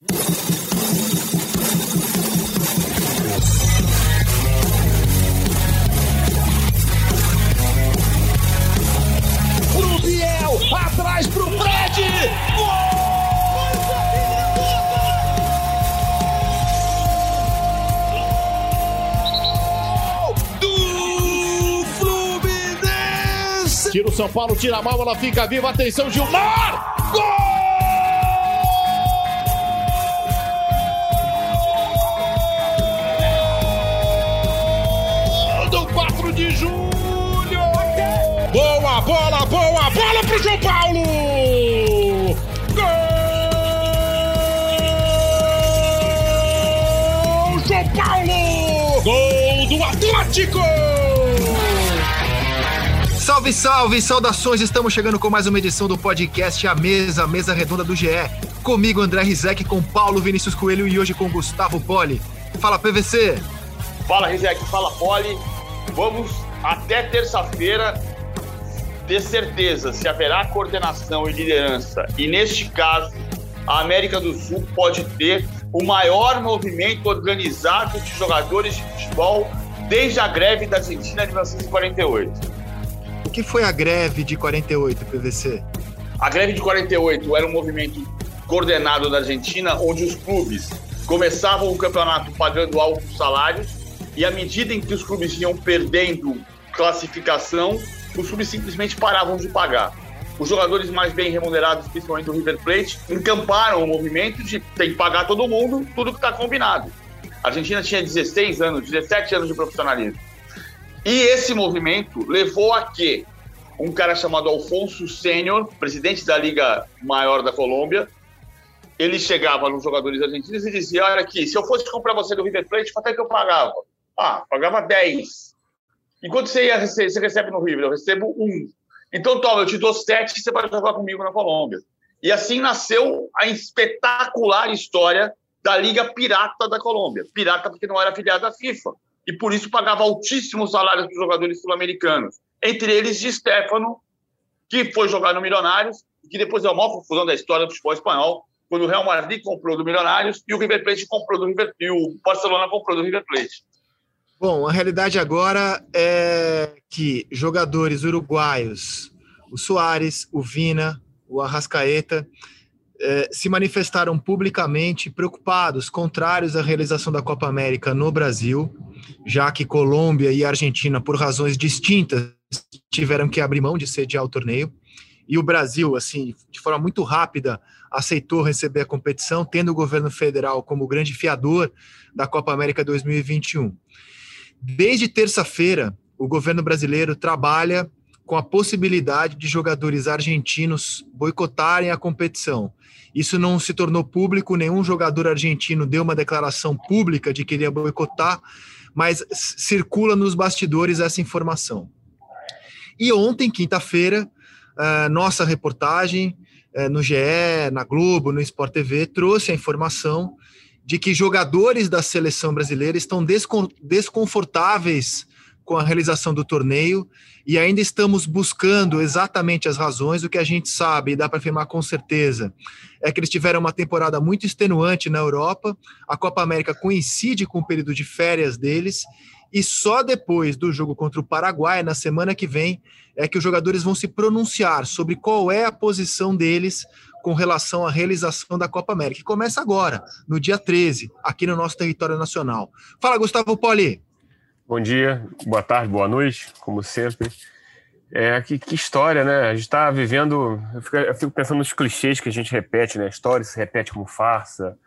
Pro Biel, atrás pro Fred! Gol! Tira o São Paulo, tira a mão, ela fica viva, atenção, Gilmar! Gol! Do 4 de julho! Boa bola pro João Paulo! Gol! João Paulo! Gol do Atlético! Salve, salve, saudações! Estamos chegando com mais uma edição do podcast A Mesa Redonda do GE. Comigo, André Rizek, com Paulo Vinícius Coelho e hoje com Gustavo Poli. Fala, PVC! Fala, Rizek, fala, Poli. Vamos até terça-feira ter certeza se haverá coordenação e liderança. E neste caso, a América do Sul pode ter o maior movimento organizado de jogadores de futebol desde a greve da Argentina de 1948. O que foi a greve de 48, PVC? A greve de 48 era um movimento coordenado da Argentina, onde os clubes começavam o campeonato pagando altos salários e à medida em que os clubes iam perdendo classificação, os clubes simplesmente paravam de pagar. Os jogadores mais bem remunerados, principalmente do River Plate, encamparam o movimento de tem que pagar todo mundo, tudo que está combinado. A Argentina tinha 16 anos, 17 anos de profissionalismo. E esse movimento levou a que um cara chamado Alfonso Sênior, presidente da Liga Maior da Colômbia, ele chegava nos jogadores argentinos e dizia: olha aqui, se eu fosse comprar você do River Plate, quanto é que eu pagava? Pagava 10. E quanto você recebe no River? Eu recebo 1. Então, toma, eu te dou 7 e você vai jogar comigo na Colômbia. E assim nasceu a espetacular história da Liga Pirata da Colômbia. Pirata porque não era afiliada à FIFA. E por isso pagava altíssimos salários para os jogadores sul-americanos. Entre eles, Di Stéfano, que foi jogar no Milionários, e que depois é a maior confusão da história do futebol espanhol, quando o Real Madrid comprou do Milionários e o River Plate comprou do River, e o Barcelona comprou do River Plate. Bom, a realidade agora é que jogadores uruguaios, o Suárez, o Vina, o Arrascaeta, se manifestaram publicamente preocupados, contrários à realização da Copa América no Brasil, já que Colômbia e Argentina, por razões distintas, tiveram que abrir mão de sediar o torneio, e o Brasil, assim, de forma muito rápida, aceitou receber a competição, tendo o governo federal como grande fiador da Copa América 2021. Desde terça-feira, o governo brasileiro trabalha com a possibilidade de jogadores argentinos boicotarem a competição. Isso não se tornou público, nenhum jogador argentino deu uma declaração pública de que iria boicotar, mas circula nos bastidores essa informação. E ontem, quinta-feira, nossa reportagem no GE, na Globo, no Sport TV, trouxe a informação de que jogadores da seleção brasileira estão desconfortáveis com a realização do torneio e ainda estamos buscando exatamente as razões. O que a gente sabe, e dá para afirmar com certeza, é que eles tiveram uma temporada muito extenuante na Europa, a Copa América coincide com o período de férias deles, e só depois do jogo contra o Paraguai, na semana que vem, é que os jogadores vão se pronunciar sobre qual é a posição deles com relação à realização da Copa América, que começa agora, no dia 13, aqui no nosso território nacional. Fala, Gustavo Poli. Bom dia, boa tarde, boa noite, como sempre. Que história, né? A gente está vivendo... Eu fico pensando nos clichês que a gente repete, né? A história se repete como farsa.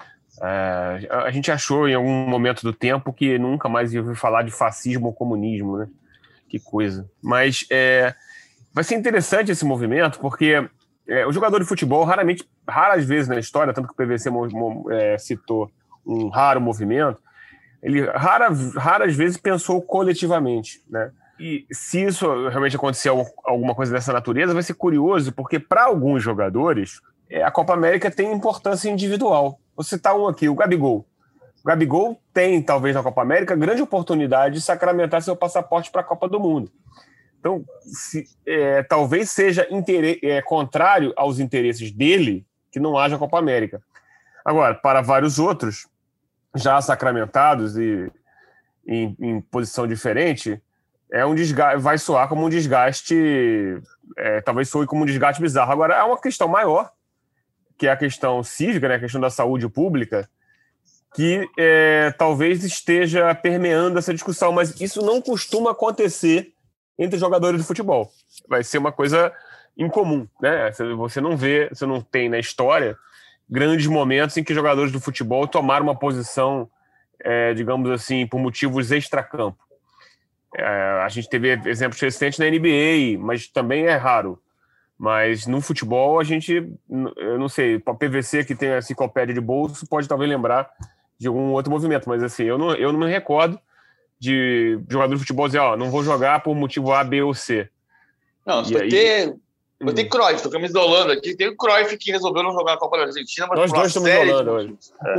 A gente achou em algum momento do tempo que nunca mais ia ouvir falar de fascismo ou comunismo, né? Que coisa. Mas vai ser interessante esse movimento, porque o jogador de futebol, raras vezes na história, tanto que o PVC citou um raro movimento, ele raras vezes pensou coletivamente, né? E se isso realmente acontecer alguma coisa dessa natureza, vai ser curioso, porque para alguns jogadores, a Copa América tem importância individual. Vou citar um aqui, o Gabigol. O Gabigol tem, talvez, na Copa América, grande oportunidade de sacramentar seu passaporte para a Copa do Mundo. Então, talvez seja contrário aos interesses dele que não haja Copa América. Agora, para vários outros, já sacramentados e em posição diferente, vai soar como um desgaste, talvez soe como um desgaste bizarro. Agora, é uma questão maior, que é a questão cívica, né, a questão da saúde pública, que talvez esteja permeando essa discussão, mas isso não costuma acontecer entre jogadores de futebol. Vai ser uma coisa incomum, né? Você não tem na história grandes momentos em que jogadores do futebol tomaram uma posição, digamos assim, por motivos extracampo. A gente teve exemplos recentes na NBA, mas também é raro. Mas no futebol, eu não sei, a PVC, que tem a enciclopédia de bolso, pode talvez lembrar de algum outro movimento, mas assim, eu não me recordo de jogador de futebol dizer, não vou jogar por motivo A, B ou C. Não, vai ter Cruyff, tô camisa da Holanda aqui, tem o Cruyff que resolveu não jogar a Copa da Argentina, mas nós dois estamos na Holanda hoje.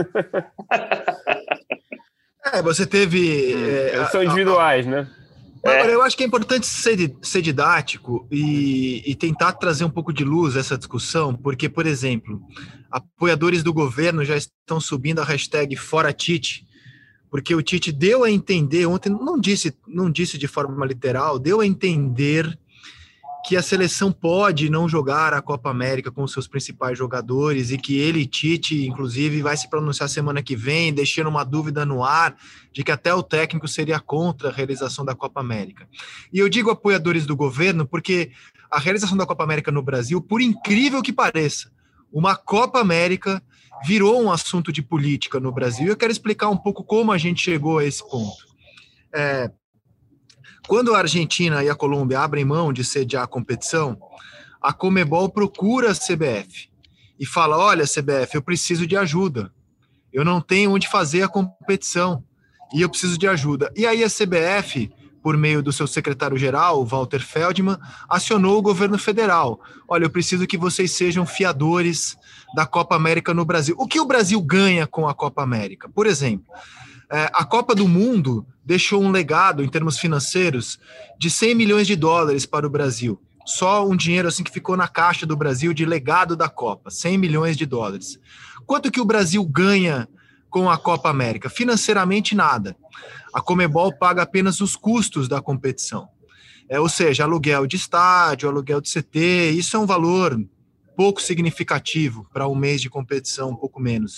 Você teve... Eles são individuais, né? Agora, eu acho que é importante ser didático e tentar trazer um pouco de luz a essa discussão, porque, por exemplo, apoiadores do governo já estão subindo a hashtag Fora Tite, porque o Tite deu a entender ontem, não disse de forma literal, deu a entender que a seleção pode não jogar a Copa América com os seus principais jogadores e que ele, Tite, inclusive, vai se pronunciar semana que vem, deixando uma dúvida no ar de que até o técnico seria contra a realização da Copa América. E eu digo apoiadores do governo porque a realização da Copa América no Brasil, por incrível que pareça, uma Copa América virou um assunto de política no Brasil. E eu quero explicar um pouco como a gente chegou a esse ponto. Quando a Argentina e a Colômbia abrem mão de sediar a competição, a Conmebol procura a CBF e fala, olha, CBF, eu preciso de ajuda. Eu não tenho onde fazer a competição e eu preciso de ajuda. E aí a CBF, por meio do seu secretário-geral, Walter Feldman, acionou o governo federal. Olha, eu preciso que vocês sejam fiadores da Copa América no Brasil. O que o Brasil ganha com a Copa América? Por exemplo, a Copa do Mundo deixou um legado, em termos financeiros, de 100 milhões de dólares para o Brasil. Só um dinheiro assim que ficou na caixa do Brasil de legado da Copa, 100 milhões de dólares. Quanto que o Brasil ganha com a Copa América? Financeiramente, nada. A Conmebol paga apenas os custos da competição. Ou seja, aluguel de estádio, aluguel de CT, isso é um valor pouco significativo para um mês de competição, um pouco menos.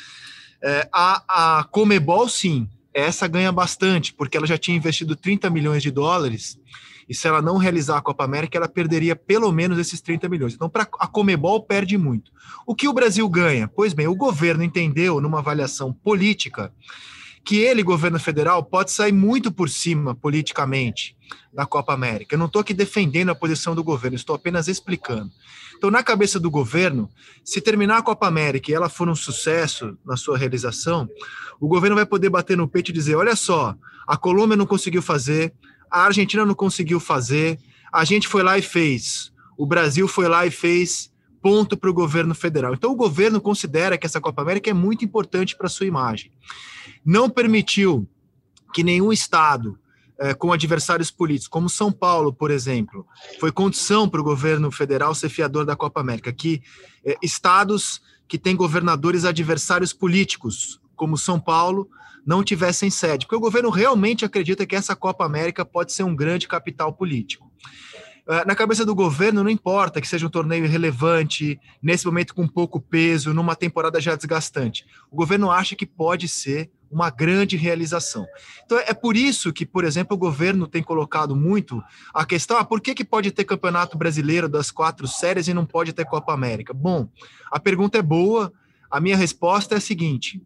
A Conmebol, sim, essa ganha bastante, porque ela já tinha investido 30 milhões de dólares, e se ela não realizar a Copa América, ela perderia pelo menos esses 30 milhões. Então, a Conmebol perde muito. O que o Brasil ganha? Pois bem, o governo entendeu, numa avaliação política, que ele, governo federal, pode sair muito por cima, politicamente, da Copa América. Eu não estou aqui defendendo a posição do governo, estou apenas explicando. Então, na cabeça do governo, se terminar a Copa América e ela for um sucesso na sua realização, o governo vai poder bater no peito e dizer, olha só, a Colômbia não conseguiu fazer, a Argentina não conseguiu fazer, a gente foi lá e fez, o Brasil foi lá e fez, ponto para o governo federal. Então, o governo considera que essa Copa América é muito importante para a sua imagem. Não permitiu que nenhum estado com adversários políticos, como São Paulo, por exemplo, foi condição para o governo federal ser fiador da Copa América, que estados que têm governadores adversários políticos, como São Paulo, não tivessem sede, porque o governo realmente acredita que essa Copa América pode ser um grande capital político. Na cabeça do governo, não importa que seja um torneio irrelevante, nesse momento com pouco peso, numa temporada já desgastante. O governo acha que pode ser uma grande realização. Então, é por isso que, por exemplo, o governo tem colocado muito a questão, por que pode ter campeonato brasileiro das 4 séries e não pode ter Copa América? Bom, a pergunta é boa, a minha resposta é a seguinte,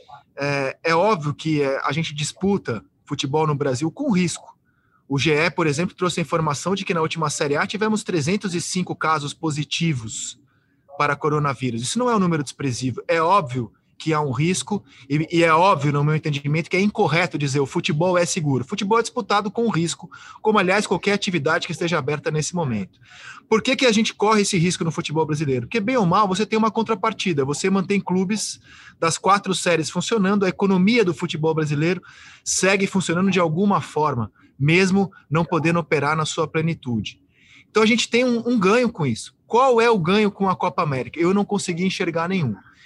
é óbvio que a gente disputa futebol no Brasil com risco. O GE, por exemplo, trouxe a informação de que na última Série A tivemos 305 casos positivos para coronavírus. Isso não é um número desprezível. É óbvio que há um risco e é óbvio, no meu entendimento, que é incorreto dizer o futebol é seguro. O futebol é disputado com risco, como, aliás, qualquer atividade que esteja aberta nesse momento. Por que a gente corre esse risco no futebol brasileiro? Porque, bem ou mal, você tem uma contrapartida. Você mantém clubes das 4 séries funcionando, a economia do futebol brasileiro segue funcionando de alguma forma, mesmo não podendo operar na sua plenitude. Então, a gente tem um ganho com isso. Qual é o ganho com a Copa América? Eu não consegui enxergar nenhum.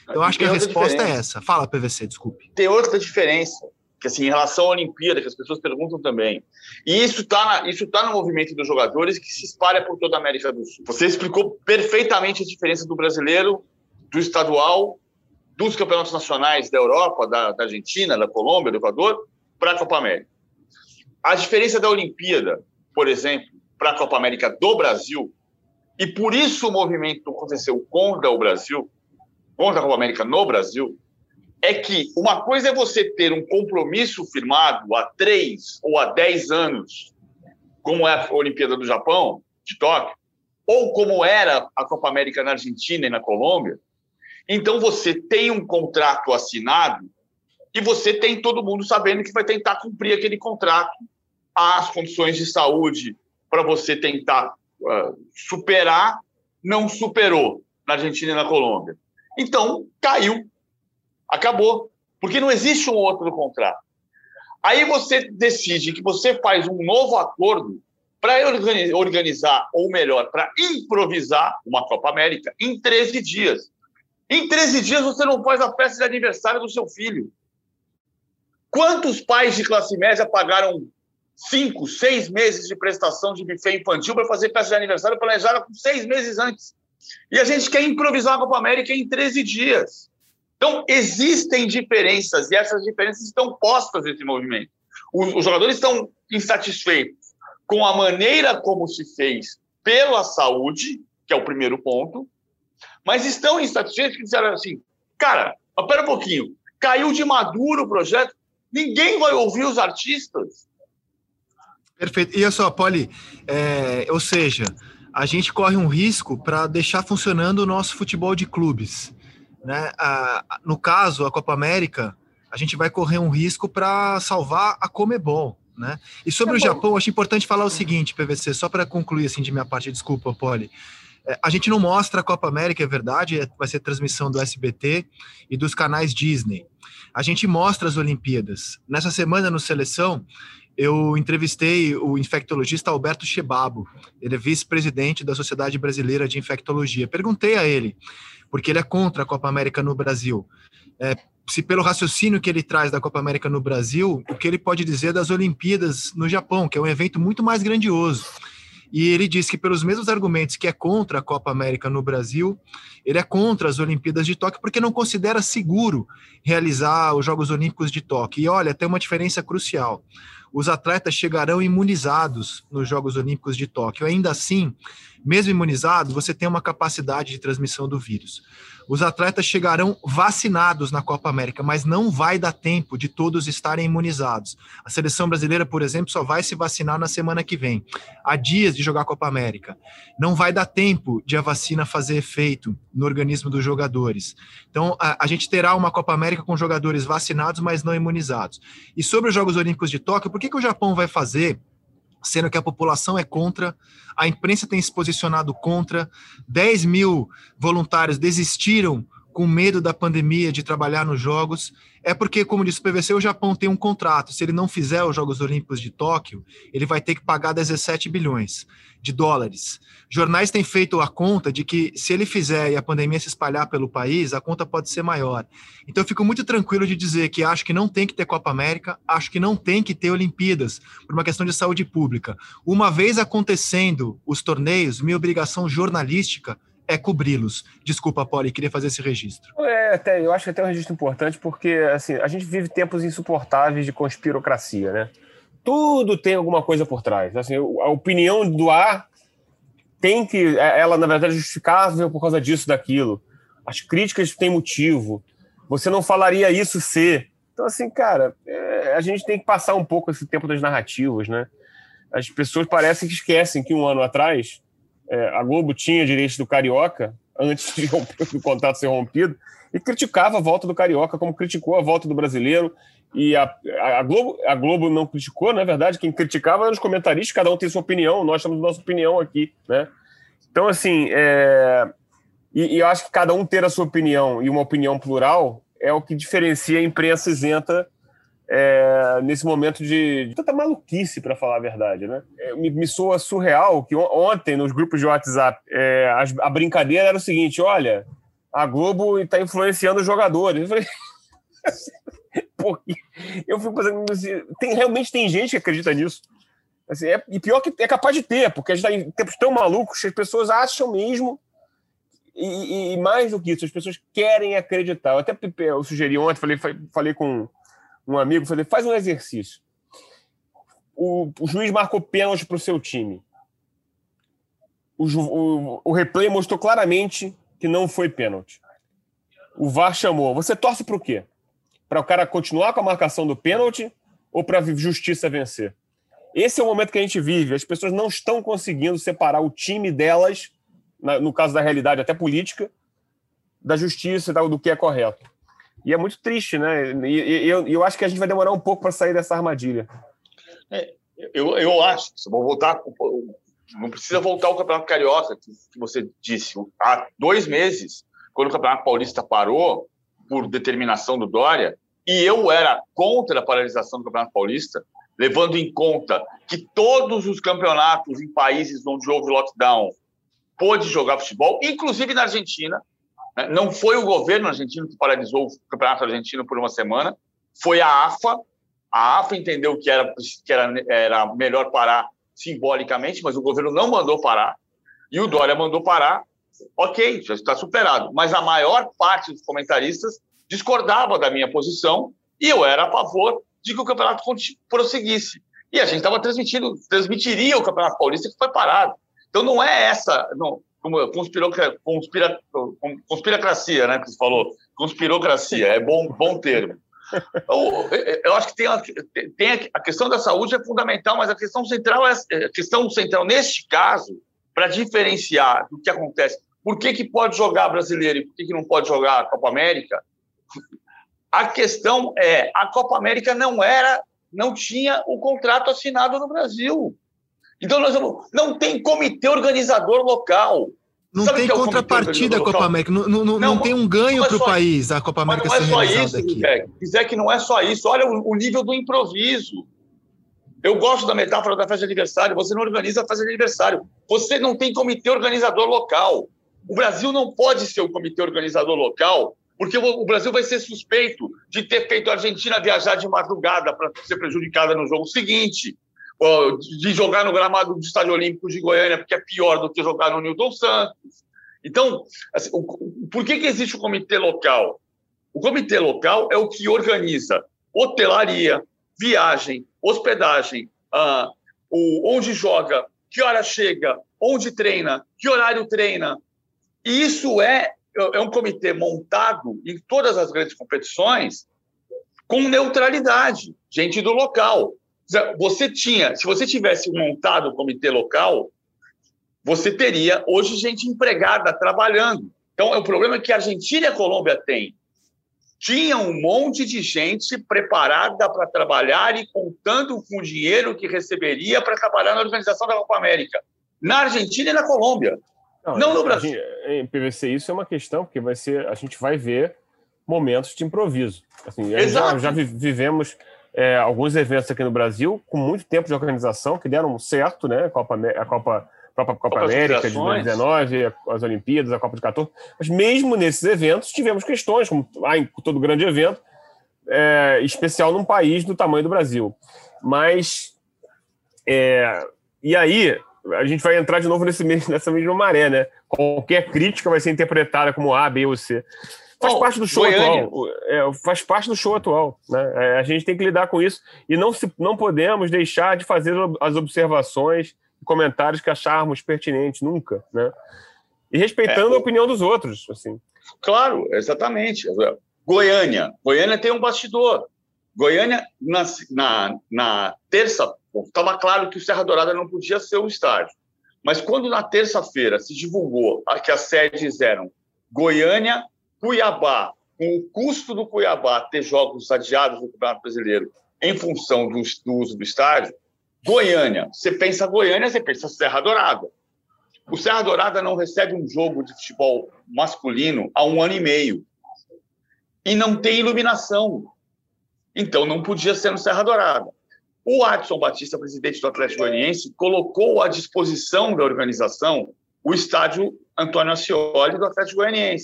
Então, acho que a resposta é essa. Fala, PVC, desculpe. Tem outra diferença, que assim, em relação à Olimpíada, que as pessoas perguntam também. E isso tá no movimento dos jogadores que se espalha por toda a América do Sul. Você explicou perfeitamente a diferença do brasileiro, do estadual, dos campeonatos nacionais da Europa, da Argentina, da Colômbia, do Equador, para a Copa América. A diferença da Olimpíada, por exemplo, para a Copa América do Brasil, e por isso o movimento aconteceu contra o Brasil, contra a Copa América no Brasil, é que uma coisa é você ter um compromisso firmado há 3 ou há 10 anos, como é a Olimpíada do Japão, de Tóquio, ou como era a Copa América na Argentina e na Colômbia. Então, você tem um contrato assinado e você tem todo mundo sabendo que vai tentar cumprir aquele contrato, as condições de saúde para você tentar superar, não superou na Argentina e na Colômbia. Então, caiu. Acabou. Porque não existe um outro contrato. Aí você decide que você faz um novo acordo para organizar, ou melhor, para improvisar uma Copa América em 13 dias. Em 13 dias você não faz a festa de aniversário do seu filho. Quantos pais de classe média pagaram 5, 6 meses de prestação de buffet infantil para fazer festa de aniversário planejada com 6 meses antes? E a gente quer improvisar a Copa América em 13 dias. Então, existem diferenças, e essas diferenças estão postas nesse movimento. Os jogadores estão insatisfeitos com a maneira como se fez pela saúde, que é o primeiro ponto, mas estão insatisfeitos que disseram assim, cara, espera um pouquinho, caiu de maduro o projeto, ninguém vai ouvir os artistas. Perfeito. E olha só, Poli, ou seja, a gente corre um risco para deixar funcionando o nosso futebol de clubes, né? No caso, a Copa América, a gente vai correr um risco para salvar a Conmebol, né? E sobre o Japão, acho importante falar o seguinte, PVC, só para concluir assim de minha parte, desculpa, Poli. A gente não mostra a Copa América, é verdade, vai ser transmissão do SBT e dos canais Disney. A gente mostra as Olimpíadas. Nessa semana, no Seleção, eu entrevistei o infectologista Alberto Chebabo, ele é vice-presidente da Sociedade Brasileira de Infectologia. Perguntei a ele, porque ele é contra a Copa América no Brasil, se pelo raciocínio que ele traz da Copa América no Brasil, o que ele pode dizer das Olimpíadas no Japão, que é um evento muito mais grandioso. E ele disse que pelos mesmos argumentos que é contra a Copa América no Brasil, ele é contra as Olimpíadas de Tóquio porque não considera seguro realizar os Jogos Olímpicos de Tóquio. E olha, tem uma diferença crucial. Os atletas chegarão imunizados nos Jogos Olímpicos de Tóquio. Ainda assim, mesmo imunizado, você tem uma capacidade de transmissão do vírus. Os atletas chegarão vacinados na Copa América, mas não vai dar tempo de todos estarem imunizados. A seleção brasileira, por exemplo, só vai se vacinar na semana que vem. Há dias de jogar a Copa América. Não vai dar tempo de a vacina fazer efeito no organismo dos jogadores. Então, a gente terá uma Copa América com jogadores vacinados, mas não imunizados. E sobre os Jogos Olímpicos de Tóquio, por que o Japão vai fazer, sendo que a população é contra, a imprensa tem se posicionado contra, 10 mil voluntários desistiram com medo da pandemia de trabalhar nos Jogos? É porque, como disse o PVC, o Japão tem um contrato. Se ele não fizer os Jogos Olímpicos de Tóquio, ele vai ter que pagar 17 bilhões de dólares. Jornais têm feito a conta de que, se ele fizer e a pandemia se espalhar pelo país, a conta pode ser maior. Então, eu fico muito tranquilo de dizer que acho que não tem que ter Copa América, acho que não tem que ter Olimpíadas, por uma questão de saúde pública. Uma vez acontecendo os torneios, minha obrigação jornalística é cobri-los. Desculpa, Poli, queria fazer esse registro. Eu acho que até um registro importante, porque assim, a gente vive tempos insuportáveis de conspirocracia, né? Tudo tem alguma coisa por trás. Assim, a opinião do A tem que... Ela, na verdade, é justificável por causa disso, daquilo. As críticas têm motivo. Você não falaria isso se... Então, assim, cara, a gente tem que passar um pouco esse tempo das narrativas, né? As pessoas parecem que esquecem que um ano atrás a Globo tinha direitos do Carioca, antes do contrato ser rompido, e criticava a volta do Carioca, como criticou a volta do Brasileiro. E a Globo não criticou, na verdade, quem criticava eram os comentaristas, cada um tem sua opinião, nós temos nossa opinião aqui, né? Então, assim, e eu acho que cada um ter a sua opinião e uma opinião plural é o que diferencia a imprensa isenta nesse momento de tanta maluquice, para falar a verdade, né? Me soa surreal que ontem, nos grupos de WhatsApp, a brincadeira era o seguinte: olha, a Globo está influenciando os jogadores. Eu falei, pô, eu fico pensando assim, realmente tem gente que acredita nisso. Assim, e pior que é capaz de ter, porque a gente está em tempos tão malucos que as pessoas acham mesmo, e mais do que isso, as pessoas querem acreditar. Eu sugeri ontem, falei com um amigo, falei, faz um exercício. O juiz marcou pênalti para o seu time. O replay mostrou claramente que não foi pênalti. O VAR chamou. Você torce para o quê? Para o cara continuar com a marcação do pênalti ou para a justiça vencer? Esse é o momento que a gente vive. As pessoas não estão conseguindo separar o time delas, no caso da realidade até política, da justiça, do que é correto. E é muito triste, né? E eu acho que a gente vai demorar um pouco para sair dessa armadilha. Eu acho, vou voltar, não precisa voltar ao Campeonato Carioca, que você disse. Há 2 meses, quando o Campeonato Paulista parou, por determinação do Dória, e eu era contra a paralisação do Campeonato Paulista, levando em conta que todos os campeonatos em países onde houve lockdown pôde jogar futebol, inclusive na Argentina. Não foi o governo argentino que paralisou o Campeonato Argentino por uma semana, foi a AFA. A AFA entendeu que era melhor parar simbolicamente, mas o governo não mandou parar, e o Dória mandou parar. Ok, já está superado. Mas a maior parte dos comentaristas discordava da minha posição e eu era a favor de que o campeonato prosseguisse. E a gente estava transmitiria o Campeonato Paulista que foi parado. Então não é essa conspiracracia, né, que você falou. Conspirocracia, é bom termo. Eu acho que tem a questão da saúde é fundamental, mas a questão central neste caso, para diferenciar do que acontece, por que pode jogar brasileiro e por que não pode jogar a Copa América, a questão é, a Copa América não tinha o contrato assinado no Brasil. Então, não tem comitê organizador local. Não tem contrapartida a Copa América. Não tem um ganho para o país a Copa América ser realizada aqui. Se quiser que não é só isso, olha o nível do improviso. Eu gosto da metáfora da festa de aniversário. Você não organiza a festa de aniversário. Você não tem comitê organizador local. O Brasil não pode ser o comitê organizador local, porque o Brasil vai ser suspeito de ter feito a Argentina viajar de madrugada para ser prejudicada no jogo seguinte, de jogar no gramado do Estádio Olímpico de Goiânia, porque é pior do que jogar no Newton Santos. Então, assim, por que existe o comitê local? O comitê local é o que organiza hotelaria, viagem, hospedagem, onde joga, que hora chega, onde treina, que horário treina. E isso é um comitê montado em todas as grandes competições com neutralidade, gente do local. Se você tivesse montado o comitê local, você teria hoje gente empregada trabalhando. Então, o problema que a Argentina e a Colômbia têm. Tinha um monte de gente preparada para trabalhar e contando com o dinheiro que receberia para trabalhar na organização da Copa América. Na Argentina e na Colômbia. Não no Brasil. Em PVC, isso é uma questão, porque a gente vai ver momentos de improviso. Assim, já vivemos alguns eventos aqui no Brasil com muito tempo de organização que deram certo, né? A Copa América de 2019, as Olimpíadas, a Copa de 14. Mas mesmo nesses eventos tivemos questões, como em todo grande evento, especial num país do tamanho do Brasil. Mas, e aí, a gente vai entrar de novo nessa mesma maré, né? Qualquer crítica vai ser interpretada como A, B ou C. Faz parte do show atual. Faz parte do show atual, né? A gente tem que lidar com isso e não podemos deixar de fazer as observações e comentários que acharmos pertinentes, nunca, né? E respeitando a opinião dos outros, assim. Claro, exatamente. Goiânia tem um bastidor. Goiânia, na terça, estava claro que o Serra Dourada não podia ser um estádio. Mas quando na terça-feira se divulgou que as sedes eram Goiânia, Cuiabá, com o custo do Cuiabá ter jogos adiados no Campeonato Brasileiro em função do uso do estádio, Goiânia, você pensa Serra Dourada. O Serra Dourada não recebe um jogo de futebol masculino há 1 ano e meio. E não tem iluminação. Então não podia ser no Serra Dourada. O Adson Batista, presidente do Atlético Goianiense, colocou à disposição da organização o estádio Antônio Ascioli do Atlético Goianiense.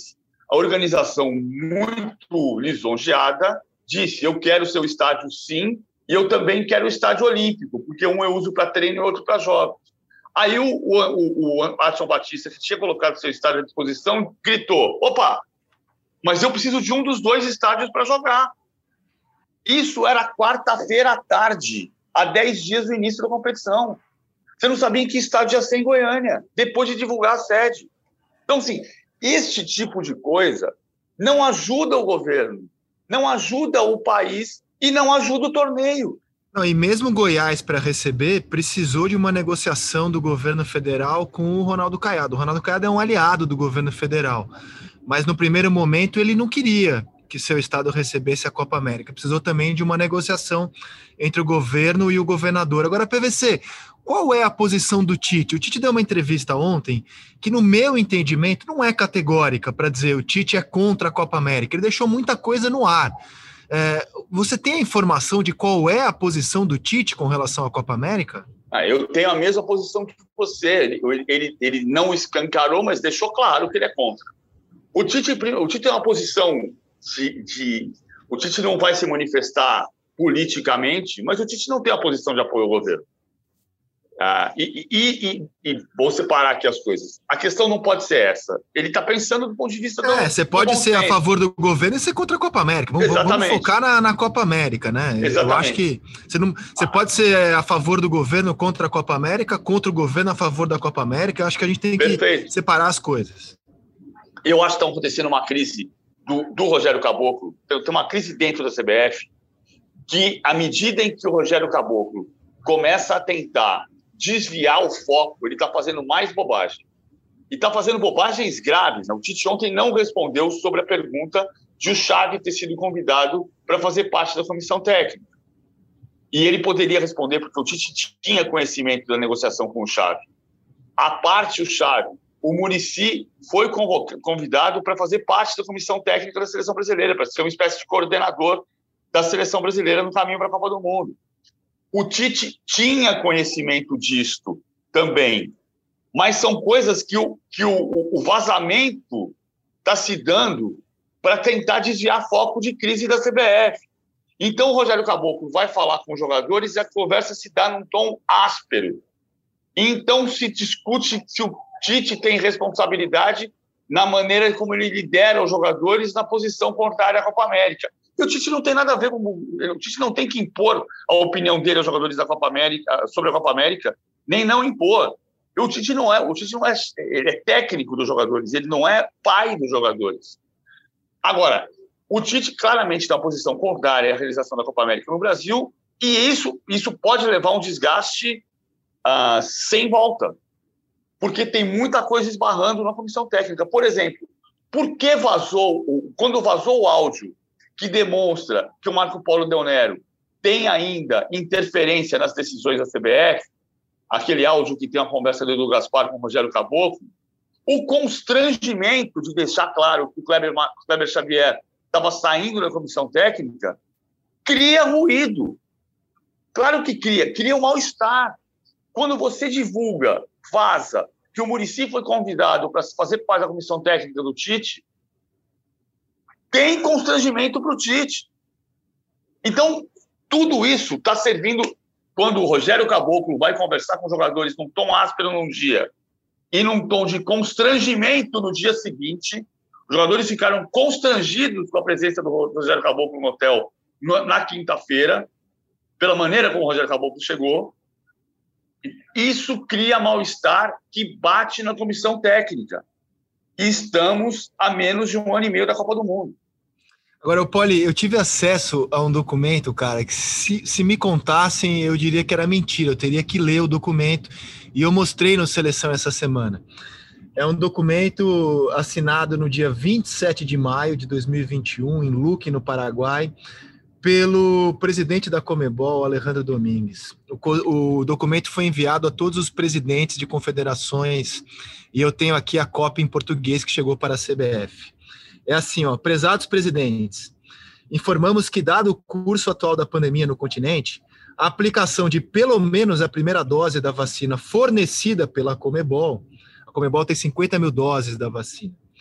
a organização, muito lisonjeada, disse: eu quero o seu estádio sim, e eu também quero o estádio olímpico, porque um eu uso para treino e outro para jogos. Aí o Adson Batista, que tinha colocado o seu estádio à disposição, gritou: opa, mas eu preciso de um dos dois estádios para jogar. Isso era quarta-feira à tarde, há 10 dias do início da competição. Você não sabia em que estádio ia ser em Goiânia, depois de divulgar a sede. Então, assim, este tipo de coisa não ajuda o governo, não ajuda o país e não ajuda o torneio. Não, e mesmo Goiás, para receber, precisou de uma negociação do governo federal com o Ronaldo Caiado. O Ronaldo Caiado é um aliado do governo federal, mas no primeiro momento ele não queria que seu estado recebesse a Copa América. Precisou também de uma negociação entre o governo e o governador. Agora, PVC, qual é a posição do Tite? O Tite deu uma entrevista ontem que, no meu entendimento, não é categórica para dizer o Tite é contra a Copa América. Ele deixou muita coisa no ar. Você tem a informação de qual é a posição do Tite com relação à Copa América? Eu tenho a mesma posição que você. Ele não escancarou, mas deixou claro que ele é contra. O Tite tem uma posição o Tite não vai se manifestar politicamente, mas o Tite não tem a posição de apoio ao governo. Vou separar aqui as coisas. A questão não pode ser essa. Ele está pensando do ponto de vista do... Você pode ser a favor do governo e ser contra a Copa América. Vamos focar na Copa América, né? Exatamente. Eu acho que você pode ser a favor do governo contra a Copa América, contra o governo a favor da Copa América. Eu acho que a gente tem que separar as coisas. Eu acho que está acontecendo uma crise do Rogério Caboclo. Tem uma crise dentro da CBF que, à medida em que o Rogério Caboclo começa a tentar desviar o foco, ele está fazendo mais bobagem. E está fazendo bobagens graves. Né? O Tite ontem não respondeu sobre a pergunta de o Xavi ter sido convidado para fazer parte da comissão técnica. E ele poderia responder, porque o Tite tinha conhecimento da negociação com o Xavi. À parte o Xavi, o Muricy foi convidado para fazer parte da comissão técnica da seleção brasileira, para ser uma espécie de coordenador da seleção brasileira no caminho para a Copa do Mundo. O Tite tinha conhecimento disto também, mas são coisas que o vazamento está se dando para tentar desviar foco de crise da CBF. Então o Rogério Caboclo vai falar com os jogadores e a conversa se dá num tom áspero. Então se discute se o Tite tem responsabilidade na maneira como ele lidera os jogadores na posição contrária à Copa América. E o Tite não tem nada a ver com... O Tite não tem que impor a opinião dele aos jogadores da Copa América, sobre a Copa América, nem não impor. O Tite não é... Ele é técnico dos jogadores, ele não é pai dos jogadores. Agora, o Tite claramente tem uma posição contrária à realização da Copa América no Brasil, e isso pode levar a um desgaste sem volta, porque tem muita coisa esbarrando na comissão técnica. Por exemplo, quando vazou o áudio que demonstra que o Marco Polo Del Nero tem ainda interferência nas decisões da CBF, aquele áudio que tem a conversa do Edu Gaspar com o Rogério Caboclo, o constrangimento de deixar claro que o Kleber Xavier estava saindo da comissão técnica, cria ruído. Claro que cria um mal-estar. Quando você divulga, vaza, que o Muricy foi convidado para fazer parte da comissão técnica do Tite, tem constrangimento para o Tite. Então, tudo isso está servindo quando o Rogério Caboclo vai conversar com os jogadores num tom áspero num dia e num tom de constrangimento no dia seguinte. Os jogadores ficaram constrangidos com a presença do Rogério Caboclo no hotel na quinta-feira, pela maneira como o Rogério Caboclo chegou. Isso cria mal-estar que bate na comissão técnica. E estamos a menos de 1 ano e meio da Copa do Mundo. Agora, Poli, eu tive acesso a um documento, cara, que se me contassem, eu diria que era mentira. Eu teria que ler o documento e eu mostrei no Seleção essa semana. É um documento assinado no dia 27 de maio de 2021, em Luque, no Paraguai, pelo presidente da Conmebol, Alejandro Domingues. O documento foi enviado a todos os presidentes de confederações e eu tenho aqui a cópia em português que chegou para a CBF. É assim, prezados presidentes, informamos que, dado o curso atual da pandemia no continente, a aplicação de pelo menos a primeira dose da vacina fornecida pela Conmebol, a Conmebol tem 50 mil doses da vacina,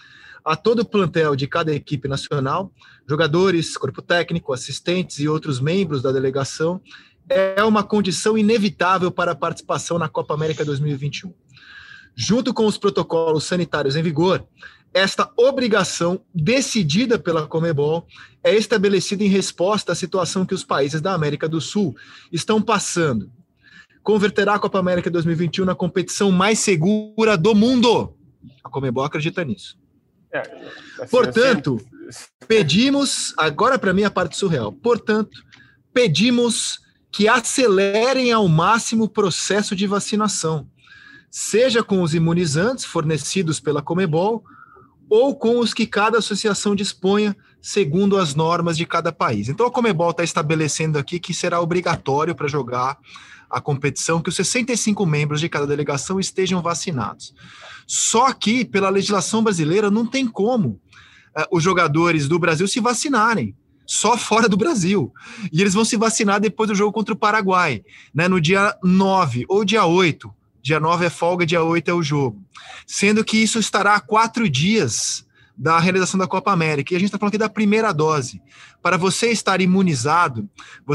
a todo o plantel de cada equipe nacional, jogadores, corpo técnico, assistentes e outros membros da delegação, é uma condição inevitável para a participação na Copa América 2021. Junto com os protocolos sanitários em vigor, esta obrigação, decidida pela Conmebol, é estabelecida em resposta à situação que os países da América do Sul estão passando. Converterá a Copa América 2021 na competição mais segura do mundo. A Conmebol acredita nisso. Portanto, pedimos, agora para mim a parte surreal, portanto, pedimos que acelerem ao máximo o processo de vacinação, seja com os imunizantes fornecidos pela Conmebol ou com os que cada associação disponha segundo as normas de cada país. Então a Conmebol está estabelecendo aqui que será obrigatório para jogar a competição que os 65 membros de cada delegação estejam vacinados. Só que, pela legislação brasileira, não tem como os jogadores do Brasil se vacinarem, só fora do Brasil. E eles vão se vacinar depois do jogo contra o Paraguai, né, no dia 9 ou dia 8. Dia 9 é folga, dia 8 é o jogo. Sendo que isso estará a 4 dias da realização da Copa América. E a gente está falando aqui da primeira dose. Para você estar imunizado,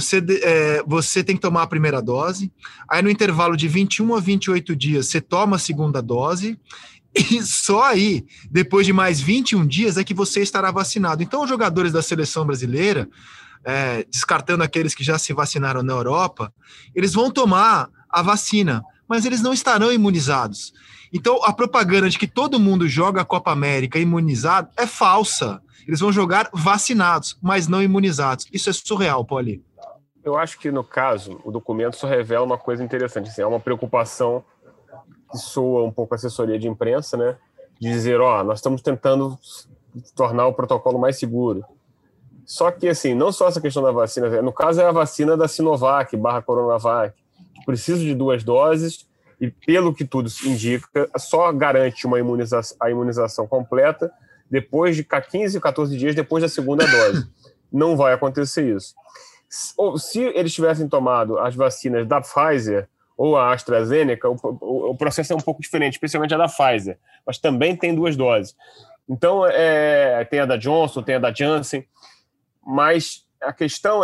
você tem que tomar a primeira dose. Aí, no intervalo de 21 a 28 dias, você toma a segunda dose. E só aí, depois de mais 21 dias, é que você estará vacinado. Então, os jogadores da seleção brasileira, descartando aqueles que já se vacinaram na Europa, eles vão tomar a vacina, mas eles não estarão imunizados. Então, a propaganda de que todo mundo joga a Copa América imunizado é falsa. Eles vão jogar vacinados, mas não imunizados. Isso é surreal, Pauli. Eu acho que, no caso, o documento só revela uma coisa interessante. Assim, é uma preocupação que soa um pouco a assessoria de imprensa, né? De dizer, nós estamos tentando tornar o protocolo mais seguro. Só que, assim, não só essa questão da vacina, no caso é a vacina da Sinovac /Coronavac, que precisa de 2 doses e, pelo que tudo indica, só garante a imunização completa depois de 15, 14 dias depois da segunda dose. Não vai acontecer isso. Se eles tivessem tomado as vacinas da Pfizer ou a AstraZeneca, o processo é um pouco diferente, especialmente a da Pfizer, mas também tem 2 doses. Então, tem a da Johnson, tem a da Janssen, mas a questão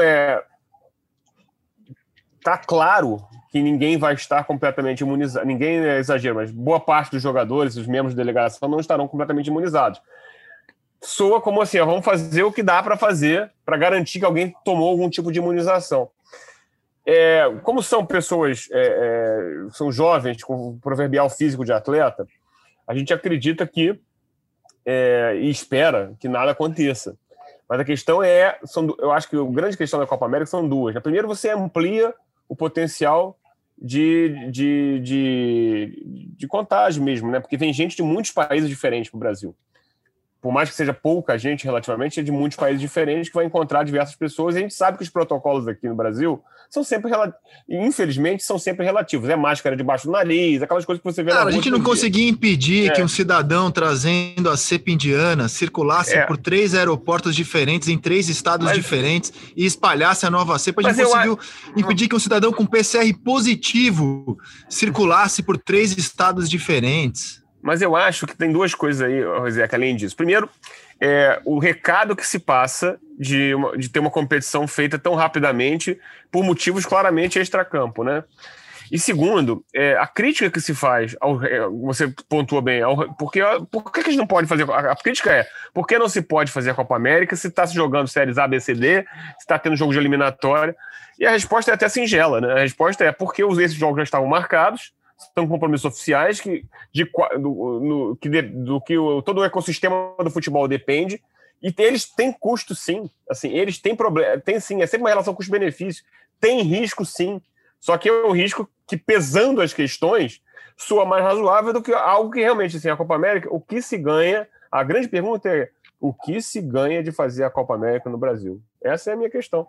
está claro que ninguém vai estar completamente imunizado, ninguém é exagero, mas boa parte dos jogadores, os membros da delegação, não estarão completamente imunizados. Soa como assim, vamos fazer o que dá para fazer para garantir que alguém tomou algum tipo de imunização. Como são pessoas, são jovens com proverbial físico de atleta, a gente acredita que e espera que nada aconteça. Mas a questão eu acho que a grande questão da Copa América são 2. Primeiro, você amplia o potencial de contágio mesmo, né? Porque vem gente de muitos países diferentes para o Brasil. Por mais que seja pouca gente relativamente, é de muitos países diferentes que vai encontrar diversas pessoas. E a gente sabe que os protocolos aqui no Brasil são sempre, infelizmente, são sempre relativos. É máscara debaixo do nariz, aquelas coisas que você vê na rua. A gente não conseguia impedir que um cidadão trazendo a cepa indiana circulasse por 3 aeroportos diferentes, em 3 estados diferentes, e espalhasse a nova cepa. A gente conseguiu impedir que um cidadão com PCR positivo circulasse por 3 estados diferentes. Mas eu acho que tem 2 coisas aí, Rosé, além disso. Primeiro, o recado que se passa de ter uma competição feita tão rapidamente por motivos claramente extracampo, né? E segundo, a crítica que se faz, você pontua bem, por que a gente não pode fazer? A crítica por que não se pode fazer a Copa América se está se jogando séries A, B, C, D, se está tendo jogo de eliminatória? E a resposta é até singela, né? A resposta é porque esses jogos já estavam marcados, são compromissos oficiais do que todo o ecossistema do futebol depende, e eles têm custo, sim. Assim, eles têm problema, tem sim, é sempre uma relação custo-benefício, tem risco, sim. Só que é um risco que, pesando as questões, soa mais razoável do que algo que realmente, assim, a Copa América, o que se ganha, a grande pergunta é o que se ganha de fazer a Copa América no Brasil? Essa é a minha questão.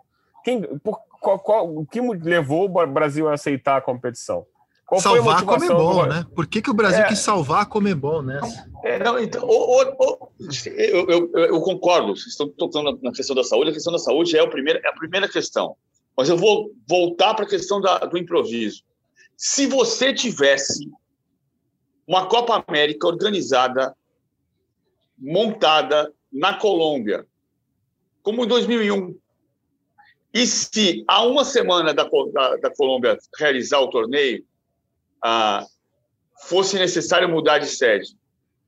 O que levou o Brasil a aceitar a competição? Qual salvar a Conmebol, né? Por que o Brasil quis salvar a Conmebol nessa? Eu concordo, vocês estão tocando na questão da saúde. A questão da saúde é a primeira questão. Mas eu vou voltar para a questão do improviso. Se você tivesse uma Copa América organizada montada na Colômbia, como em 2001. E se há uma semana da Colômbia realizar o torneio, fosse necessário mudar de sede,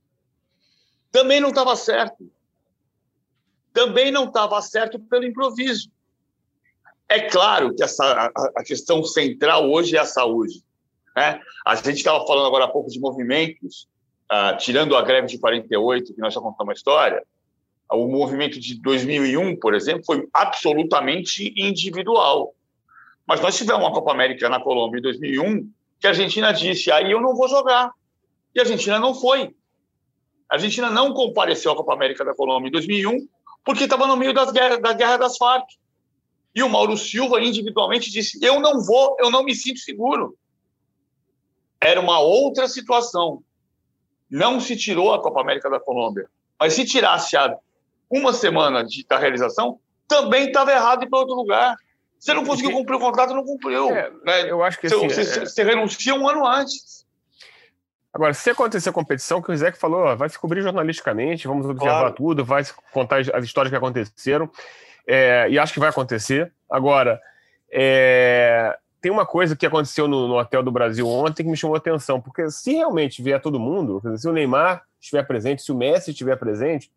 também não estava certo. Também não estava certo pelo improviso. É claro que a questão central hoje é a saúde, né? A gente estava falando agora há pouco de movimentos, tirando a greve de 48, que nós já contamos a história, o movimento de 2001, por exemplo, foi absolutamente individual. Mas nós tivemos uma Copa América na Colômbia em 2001, que a Argentina disse, aí eu não vou jogar. E a Argentina não foi. A Argentina não compareceu à Copa América da Colômbia em 2001, porque estava no meio da guerra das Farc. E o Mauro Silva, individualmente, disse, eu não vou, eu não me sinto seguro. Era uma outra situação. Não se tirou a Copa América da Colômbia. Mas se tirasse há uma semana da realização, também estava errado ir para outro lugar. Você não conseguiu cumprir o contrato, não cumpriu. Né? Eu acho que assim, você renuncia um ano antes. Agora, se acontecer a competição, que o Rizek falou, vai se cobrir jornalisticamente, vamos observar tudo, vai contar as histórias que aconteceram, e acho que vai acontecer. Agora, tem uma coisa que aconteceu no Hotel do Brasil ontem que me chamou a atenção, porque se realmente vier todo mundo, se o Neymar estiver presente, se o Messi estiver presente,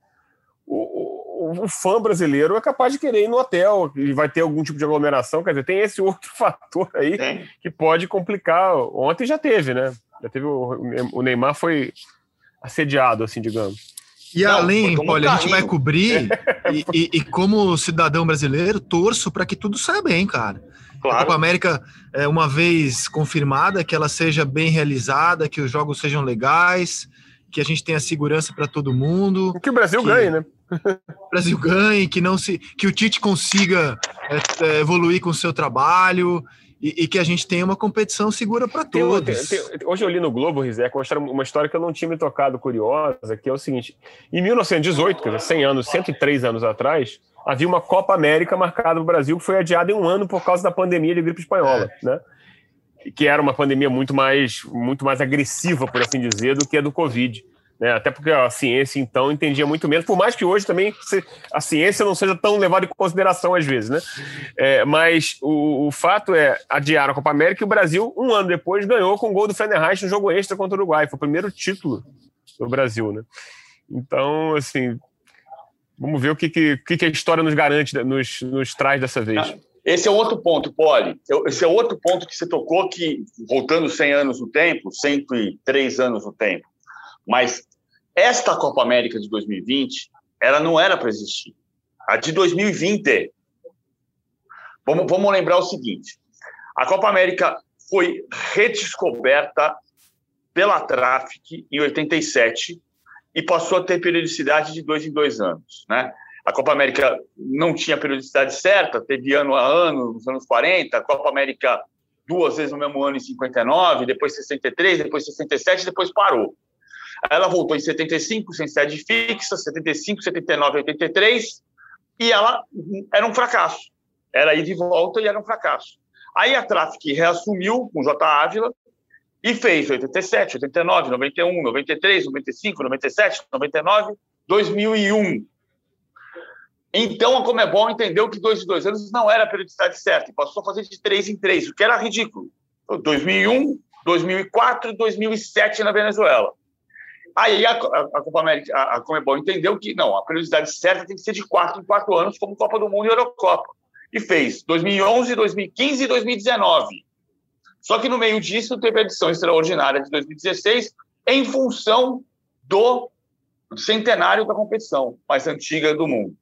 o fã brasileiro é capaz de querer ir no hotel e vai ter algum tipo de aglomeração, quer dizer, tem esse outro fator aí que pode complicar. Ontem já teve, né? Já teve o Neymar foi assediado, assim, digamos. E além, olha, a gente vai cobrir e como cidadão brasileiro, torço para que tudo saia bem, cara. Claro. A Copa América, uma vez confirmada, que ela seja bem realizada, que os jogos sejam legais, que a gente tenha segurança para todo mundo. Que o Brasil ganhe, né? O Brasil ganhe, que o Tite consiga evoluir com o seu trabalho e que a gente tenha uma competição segura para todos. Hoje eu li no Globo, Rizek, uma história que eu não tinha me tocado curiosa, que é o seguinte: em 1918, quer dizer, 103 anos atrás, havia uma Copa América marcada no Brasil que foi adiada em um ano por causa da pandemia de gripe espanhola, né? Que era uma pandemia muito mais agressiva, por assim dizer, do que a do Covid. Né? Até porque a ciência, então, entendia muito menos, por mais que hoje também a ciência não seja tão levada em consideração às vezes, né? Mas o fato adiar a Copa América e o Brasil, um ano depois, ganhou com o gol do Fernandes no jogo extra contra o Uruguai. Foi o primeiro título do Brasil, né? Então, assim, vamos ver o que a história nos garante, nos traz dessa vez. Esse é outro ponto, Poli. Esse é outro ponto que você tocou, que, voltando 100 anos no tempo, 103 anos no tempo, mas esta Copa América de 2020, ela não era para existir. A de 2020. Vamos lembrar o seguinte. A Copa América foi redescoberta pela Traffic em 87 e passou a ter periodicidade de 2 em 2 anos, né? A Copa América não tinha periodicidade certa, teve ano a ano, nos anos 40, a Copa América 2 vezes no mesmo ano em 59, depois 63, depois 67, depois parou. Ela voltou em 75, sem sede fixa, 75, 79, 83, e ela era um fracasso. Era ir de volta e era um fracasso. Aí a Traffic reassumiu com J. Ávila e fez 87, 89, 91, 93, 95, 97, 99, 2001. Então a Conmebol entendeu que 2 em 2 anos não era a periodicidade certa e passou a fazer de 3 em 3, o que era ridículo. 2001, 2004 e 2007 na Venezuela. Aí a Copa América, a Conmebol entendeu que não, a periodicidade certa tem que ser de 4 em 4 anos, como Copa do Mundo e Eurocopa. E fez 2011, 2015 e 2019. Só que no meio disso teve a edição extraordinária de 2016 em função do centenário da competição mais antiga do mundo.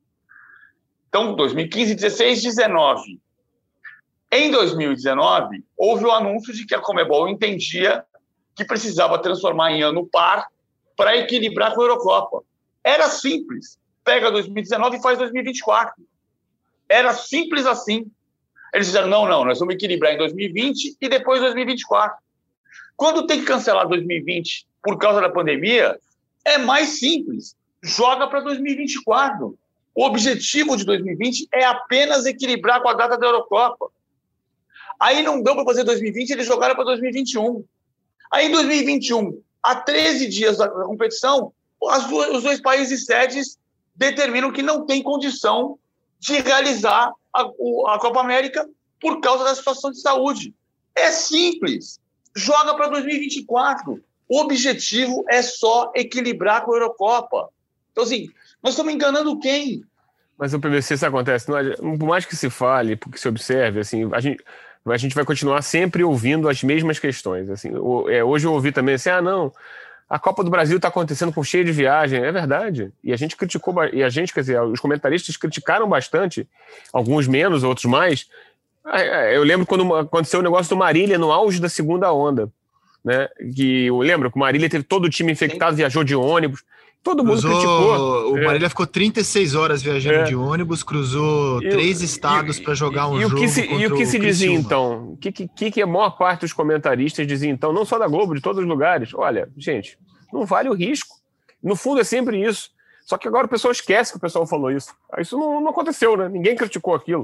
Então, 2015, 16, 19. Em 2019, houve o anúncio de que a Conmebol entendia que precisava transformar em ano par para equilibrar com a Eurocopa. Era simples. Pega 2019 e faz 2024. Era simples assim. Eles disseram, não, nós vamos equilibrar em 2020 e depois 2024. Quando tem que cancelar 2020 por causa da pandemia, é mais simples. Joga para 2024. O objetivo de 2020 é apenas equilibrar com a data da Eurocopa. Aí não deu para fazer 2020, eles jogaram para 2021. Aí em 2021, há 13 dias da competição, os dois países sedes determinam que não tem condição de realizar a Copa América por causa da situação de saúde. É simples. Joga para 2024. O objetivo é só equilibrar com a Eurocopa. Então, assim, nós estamos enganando quem? Mas o PVC, isso acontece. Por mais que se fale, porque se observe, assim, a gente vai continuar sempre ouvindo as mesmas questões. Assim, hoje eu ouvi também assim, não, a Copa do Brasil está acontecendo com cheio de viagem. É verdade. E a gente criticou, quer dizer, os comentaristas criticaram bastante, alguns menos, outros mais. Eu lembro quando aconteceu o negócio do Marília no auge da segunda onda, né? Que eu lembro que o Marília teve todo o time infectado, viajou de ônibus. Todo mundo criticou. O Marília ficou 36 horas viajando de ônibus, cruzou 3 estados para jogar um jogo. E o que se dizia então? O que a maior parte dos comentaristas dizia então, não só da Globo, de todos os lugares? Olha, gente, não vale o risco. No fundo é sempre isso. Só que agora o pessoal esquece que o pessoal falou isso. Isso não aconteceu, né? Ninguém criticou aquilo.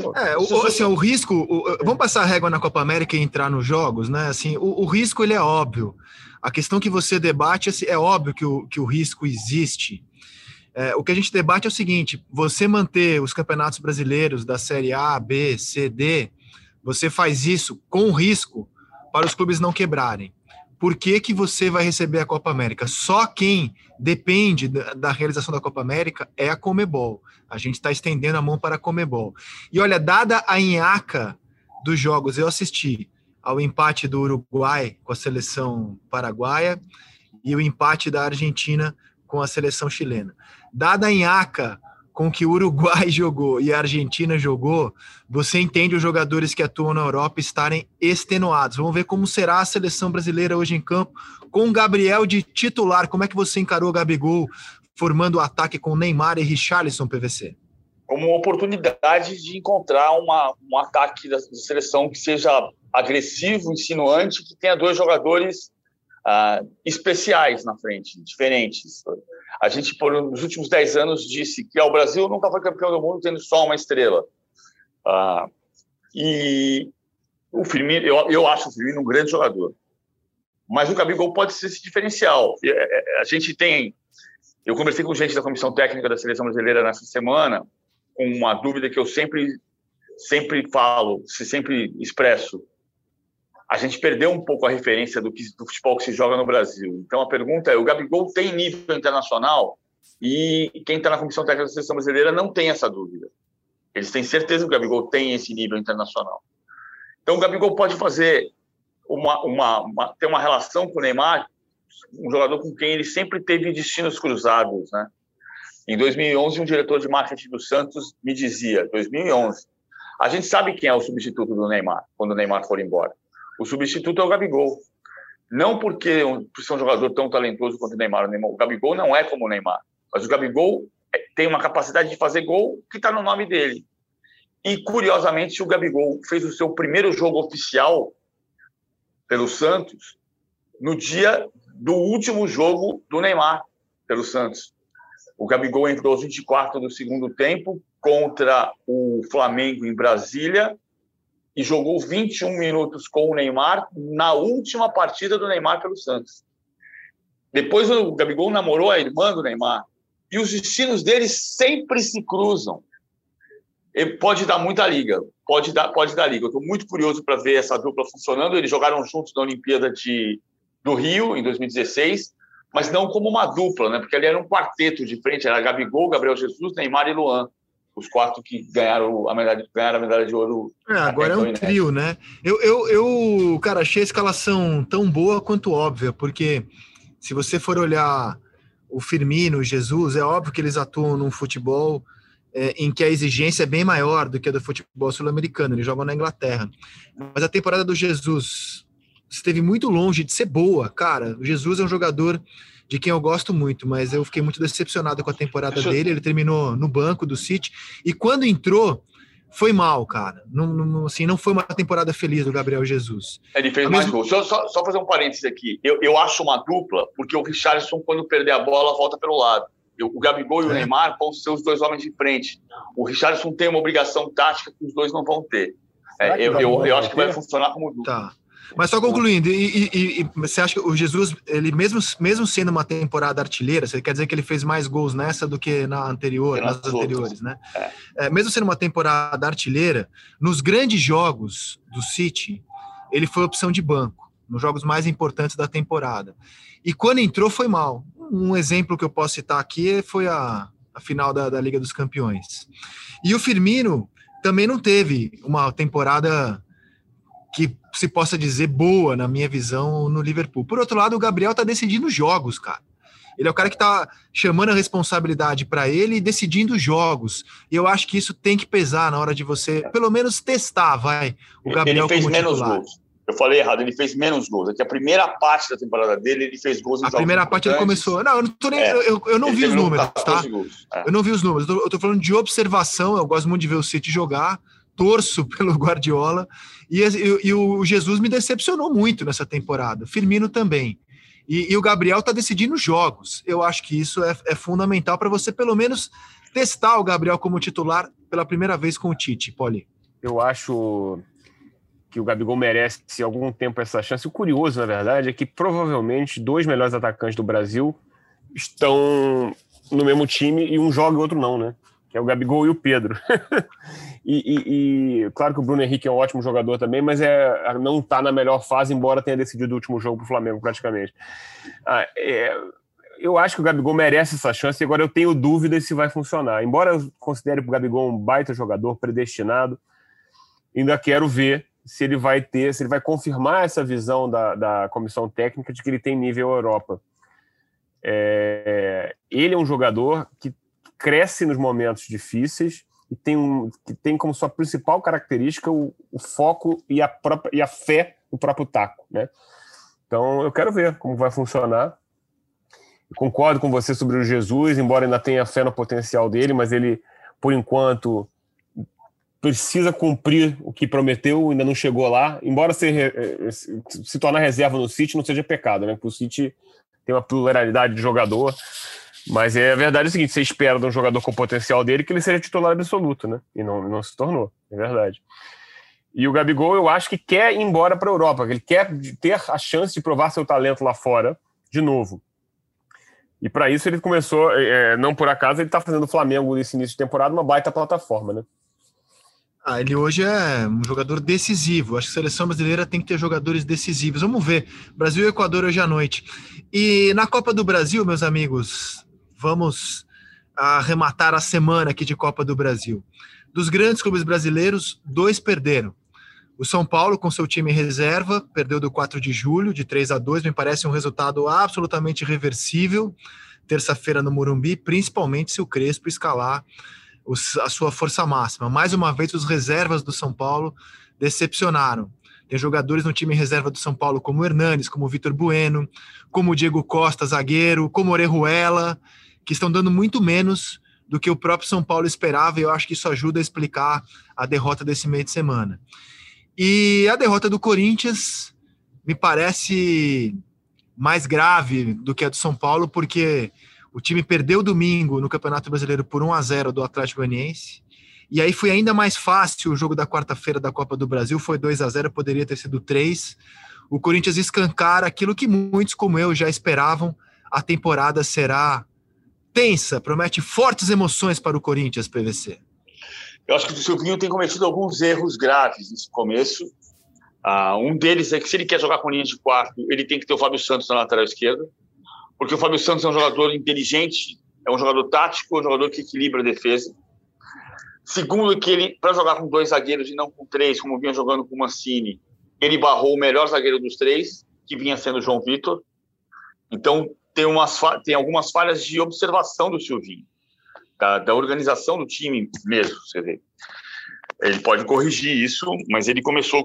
O risco... vamos passar a régua na Copa América e entrar nos jogos, né? Assim, o risco, ele é óbvio. A questão que você debate, é óbvio que o risco existe. O que a gente debate é o seguinte, você manter os campeonatos brasileiros da Série A, B, C, D, você faz isso com risco para os clubes não quebrarem. Por que você vai receber a Copa América? Só quem depende da realização da Copa América é a Conmebol. A gente está estendendo a mão para a Conmebol. E olha, dada a nhaca dos jogos, eu assisti ao empate do Uruguai com a seleção paraguaia e o empate da Argentina com a seleção chilena. Dada a nhaca com que o Uruguai jogou e a Argentina jogou, você entende os jogadores que atuam na Europa estarem extenuados. Vamos ver como será a seleção brasileira hoje em campo, com o Gabriel de titular. Como é que você encarou o Gabigol formando o ataque com Neymar e Richarlison, PVC? Como uma oportunidade de encontrar um ataque da seleção que seja agressivo, insinuante, que tenha 2 jogadores especiais na frente, diferentes. A gente, nos últimos 10 anos, disse que o Brasil nunca foi campeão do mundo tendo só uma estrela. E o Firmino, eu acho o Firmino um grande jogador. Mas o Gabigol pode ser esse diferencial. A gente tem... Eu conversei com gente da comissão técnica da Seleção Brasileira nessa semana, com uma dúvida que eu sempre falo, sempre expresso. A gente perdeu um pouco a referência do futebol que se joga no Brasil. Então, a pergunta é, o Gabigol tem nível internacional? E quem está na comissão técnica da Seleção Brasileira não tem essa dúvida. Eles têm certeza que o Gabigol tem esse nível internacional. Então, o Gabigol pode fazer ter uma relação com o Neymar, um jogador com quem ele sempre teve destinos cruzados, né? Em 2011, um diretor de marketing do Santos me dizia, 2011, a gente sabe quem é o substituto do Neymar, quando o Neymar for embora. O substituto é o Gabigol. Não por ser um jogador tão talentoso quanto o Neymar. O Gabigol não é como o Neymar. Mas o Gabigol tem uma capacidade de fazer gol que está no nome dele. E, curiosamente, o Gabigol fez o seu primeiro jogo oficial pelo Santos no dia do último jogo do Neymar pelo Santos. O Gabigol entrou aos 24 do segundo tempo contra o Flamengo em Brasília e jogou 21 minutos com o Neymar na última partida do Neymar pelo Santos. Depois o Gabigol namorou a irmã do Neymar e os destinos deles sempre se cruzam. Ele pode dar muita liga, pode dar liga. Eu estou muito curioso para ver essa dupla funcionando. Eles jogaram juntos na Olimpíada do Rio, em 2016, mas não como uma dupla, né? Porque ali era um quarteto de frente, era Gabigol, Gabriel Jesus, Neymar e Luan. Os 4 que ganharam a medalha de ouro. Agora é um trio, né? Cara, achei a escalação tão boa quanto óbvia, porque se você for olhar o Firmino, o Jesus, é óbvio que eles atuam num futebol em que a exigência é bem maior do que a do futebol sul-americano, eles jogam na Inglaterra. Mas a temporada do Jesus esteve muito longe de ser boa, cara. O Jesus é um jogador de quem eu gosto muito, mas eu fiquei muito decepcionado com a temporada dele. Ele terminou no banco do City, e quando entrou, foi mal, cara. Não foi uma temporada feliz do Gabriel Jesus. Ele fez mais gols. Só fazer um parênteses aqui. Eu acho uma dupla, porque o Richarlison, quando perder a bola, volta pelo lado. O Gabigol e o Neymar vão ser os 2 homens de frente. O Richarlison tem uma obrigação tática que os dois não vão ter. Eu acho que vai funcionar como dupla. Tá. Mas só concluindo, e você acha que o Jesus, ele mesmo sendo uma temporada artilheira, você quer dizer que ele fez mais gols nessa do que nas anteriores, né? Mesmo sendo uma temporada artilheira, nos grandes jogos do City, ele foi opção de banco, nos jogos mais importantes da temporada. E quando entrou, foi mal. Um exemplo que eu posso citar aqui foi a final da Liga dos Campeões. E o Firmino também não teve uma temporada que se possa dizer boa, na minha visão, no Liverpool. Por outro lado, o Gabriel tá decidindo jogos, cara. Ele é o cara que tá chamando a responsabilidade para ele e decidindo jogos. E eu acho que isso tem que pesar na hora de você, pelo menos, testar, o Gabriel ele fez como menos titular. Gols. Eu falei errado, ele fez menos gols. É que a primeira parte da temporada dele, ele fez gols em A primeira parte ele começou... Não, eu não tô nem... Eu não vi os números, tá? Eu não vi os números. Eu tô falando de observação. Eu gosto muito de ver o City jogar. Torço pelo Guardiola. E o Jesus me decepcionou muito nessa temporada. Firmino também. E o Gabriel tá decidindo jogos. Eu acho que isso é fundamental para você, pelo menos, testar o Gabriel como titular pela primeira vez com o Tite, Poli. Eu acho que o Gabigol merece há algum tempo essa chance. O curioso, na verdade, é que provavelmente 2 melhores atacantes do Brasil estão no mesmo time e um joga e o outro não, né? Que é o Gabigol e o Pedro. e claro que o Bruno Henrique é um ótimo jogador também, mas não está na melhor fase, embora tenha decidido o último jogo para o Flamengo, praticamente. Eu acho que o Gabigol merece essa chance e agora eu tenho dúvidas se vai funcionar. Embora eu considere o Gabigol um baita jogador, predestinado, ainda quero ver se ele vai confirmar essa visão da comissão técnica de que ele tem nível Europa. Ele é um jogador que cresce nos momentos difíceis e que tem como sua principal característica o foco e a fé no próprio taco, né? Então eu quero ver como vai funcionar. Eu concordo com você sobre o Jesus, embora ainda tenha fé no potencial dele, mas ele, por enquanto, precisa cumprir o que prometeu, ainda não chegou lá, embora se tornar reserva no City não seja pecado, né? Porque o City tem uma pluralidade de jogador, mas a verdade é o seguinte: você espera de um jogador com o potencial dele que ele seja titular absoluto, né? E não se tornou, é verdade. E o Gabigol, eu acho que quer ir embora para a Europa, ele quer ter a chance de provar seu talento lá fora de novo. E para isso ele começou, não por acaso, ele está fazendo o Flamengo nesse início de temporada uma baita plataforma, né? Ele hoje é um jogador decisivo. Acho que a seleção brasileira tem que ter jogadores decisivos. Vamos ver. Brasil e Equador hoje à noite. E na Copa do Brasil, meus amigos, vamos arrematar a semana aqui de Copa do Brasil. Dos grandes clubes brasileiros, 2 perderam. O São Paulo, com seu time em reserva, perdeu do 4 de julho, de 3-2. Me parece um resultado absolutamente irreversível. Terça-feira no Morumbi, principalmente se o Crespo escalar a sua força máxima. Mais uma vez, os reservas do São Paulo decepcionaram. Tem jogadores no time em reserva do São Paulo como o Hernanes, como o Vitor Bueno, como o Diego Costa, zagueiro, como o Orejuela, que estão dando muito menos do que o próprio São Paulo esperava, e eu acho que isso ajuda a explicar a derrota desse meio de semana. E a derrota do Corinthians me parece mais grave do que a do São Paulo, porque o time perdeu domingo no Campeonato Brasileiro por 1-0 do Atlético Goianiense, e aí foi ainda mais fácil o jogo da quarta-feira da Copa do Brasil, foi 2-0, poderia ter sido 3. O Corinthians escancara aquilo que muitos como eu já esperavam: a temporada será tensa, promete fortes emoções para o Corinthians, PVC. Eu acho que o Silvinho tem cometido alguns erros graves nesse começo. Um deles é que, se ele quer jogar com linha de 4, ele tem que ter o Fábio Santos na lateral esquerda, porque o Fábio Santos é um jogador inteligente, é um jogador tático, é um jogador que equilibra a defesa. Segundo, que ele, para jogar com 2 zagueiros e não com 3, como vinha jogando com o Mancini, ele barrou o melhor zagueiro dos 3, que vinha sendo o João Vitor. Então, tem algumas falhas de observação do Silvinho, da organização do time mesmo. Quer dizer, ele pode corrigir isso, mas ele começou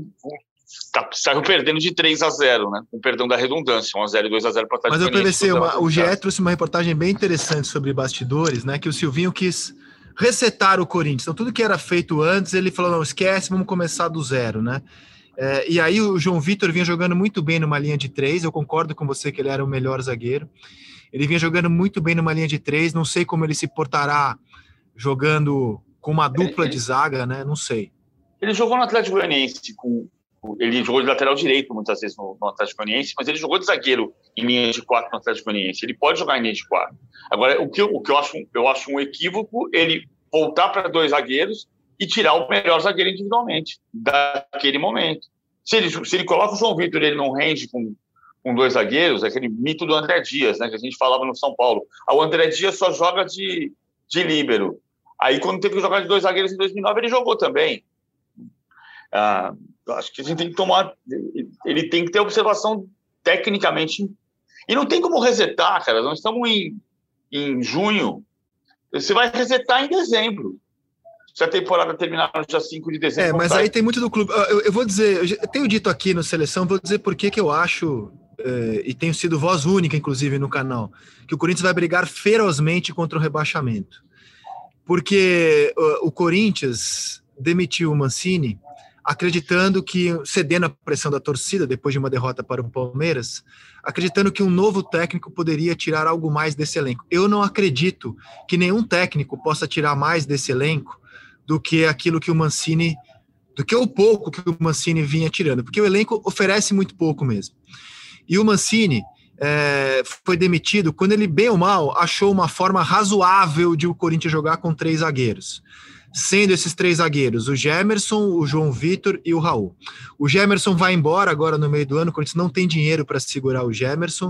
saiu perdendo de 3-0, né? Com perdão da redundância, 1-0 e 2-0 para trás. Mas o PVC, o GE trouxe uma reportagem bem interessante sobre bastidores, né? Que o Silvinho quis resetar o Corinthians. Então, tudo que era feito antes, ele falou: não, esquece, vamos começar do zero, né? E aí o João Vitor vinha jogando muito bem numa linha de 3, eu concordo com você que ele era o melhor zagueiro. Ele vinha jogando muito bem numa linha de 3, não sei como ele se portará jogando com uma dupla de zaga, né? Não sei. Ele jogou no Atlético Goianiense com Ele jogou de lateral direito muitas vezes no Atlético Goianiense, mas ele jogou de zagueiro em linha de 4 no Atlético Goianiense. Ele pode jogar em linha de 4. Agora, o que eu acho um equívoco, ele voltar para 2 zagueiros e tirar o melhor zagueiro individualmente, daquele momento. Se ele coloca o João Vitor e ele não rende com 2 zagueiros, é aquele mito do André Dias, né, que a gente falava no São Paulo. O André Dias só joga de líbero. Aí, quando teve que jogar de 2 zagueiros em 2009, ele jogou também. Acho que a gente tem que tomar... Ele tem que ter observação tecnicamente. E não tem como resetar, cara. Nós estamos em junho. Você vai resetar em dezembro. Se a temporada terminar no dia 5 de dezembro... mas aí tem muito do clube. Eu vou dizer... Eu tenho dito aqui no Seleção, vou dizer por que eu acho... e tenho sido voz única, inclusive, no canal, que o Corinthians vai brigar ferozmente contra o rebaixamento. Porque o Corinthians demitiu o Mancini acreditando que, cedendo à pressão da torcida, depois de uma derrota para o Palmeiras, acreditando que um novo técnico poderia tirar algo mais desse elenco. Eu não acredito que nenhum técnico possa tirar mais desse elenco do que aquilo que o Mancini, do que o pouco que o Mancini vinha tirando, porque o elenco oferece muito pouco mesmo. E o Mancini foi demitido quando ele, bem ou mal, achou uma forma razoável de o Corinthians jogar com 3 zagueiros. Sendo esses 3 zagueiros o Gemerson, o João Vitor e o Raul. O Gemerson vai embora agora no meio do ano, o Corinthians não tem dinheiro para segurar o Gemerson.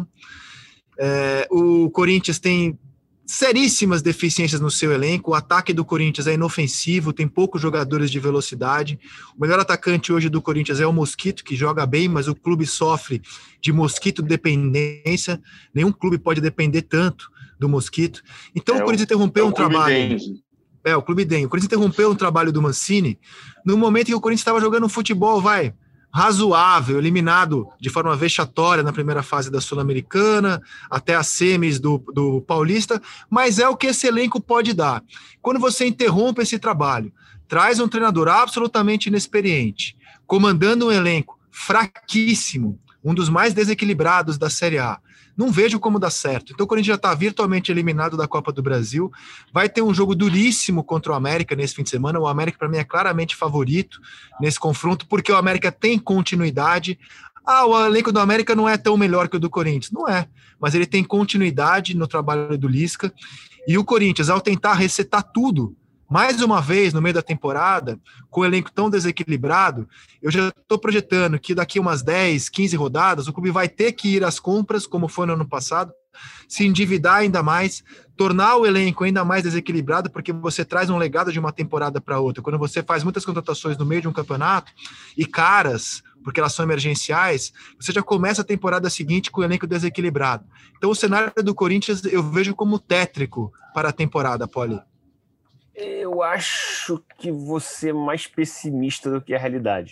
O Corinthians tem seríssimas deficiências no seu elenco, o ataque do Corinthians é inofensivo, tem poucos jogadores de velocidade. O melhor atacante hoje do Corinthians é o Mosquito, que joga bem, mas o clube sofre de Mosquito dependência. Nenhum clube pode depender tanto do Mosquito. Então o Corinthians interrompeu um trabalho... o Clube DEM. O Corinthians interrompeu o trabalho do Mancini no momento em que o Corinthians estava jogando um futebol, razoável, eliminado de forma vexatória na primeira fase da Sul-Americana, até as semis do Paulista, mas é o que esse elenco pode dar. Quando você interrompe esse trabalho, traz um treinador absolutamente inexperiente, comandando um elenco fraquíssimo, um dos mais desequilibrados da Série A, não vejo como dar certo. Então o Corinthians já está virtualmente eliminado da Copa do Brasil, vai ter um jogo duríssimo contra o América nesse fim de semana. O América, para mim, é claramente favorito nesse confronto, porque o América tem continuidade. O elenco do América não é tão melhor que o do Corinthians. Não é, mas ele tem continuidade no trabalho do Lisca. E o Corinthians, ao tentar resetar tudo, mais uma vez, no meio da temporada, com o elenco tão desequilibrado, eu já estou projetando que daqui umas 10, 15 rodadas, o clube vai ter que ir às compras, como foi no ano passado, se endividar ainda mais, tornar o elenco ainda mais desequilibrado, porque você traz um legado de uma temporada para outra. Quando você faz muitas contratações no meio de um campeonato, e caras, porque elas são emergenciais, você já começa a temporada seguinte com o elenco desequilibrado. Então o cenário do Corinthians eu vejo como tétrico para a temporada, Poli. Eu acho que você é mais pessimista do que a realidade.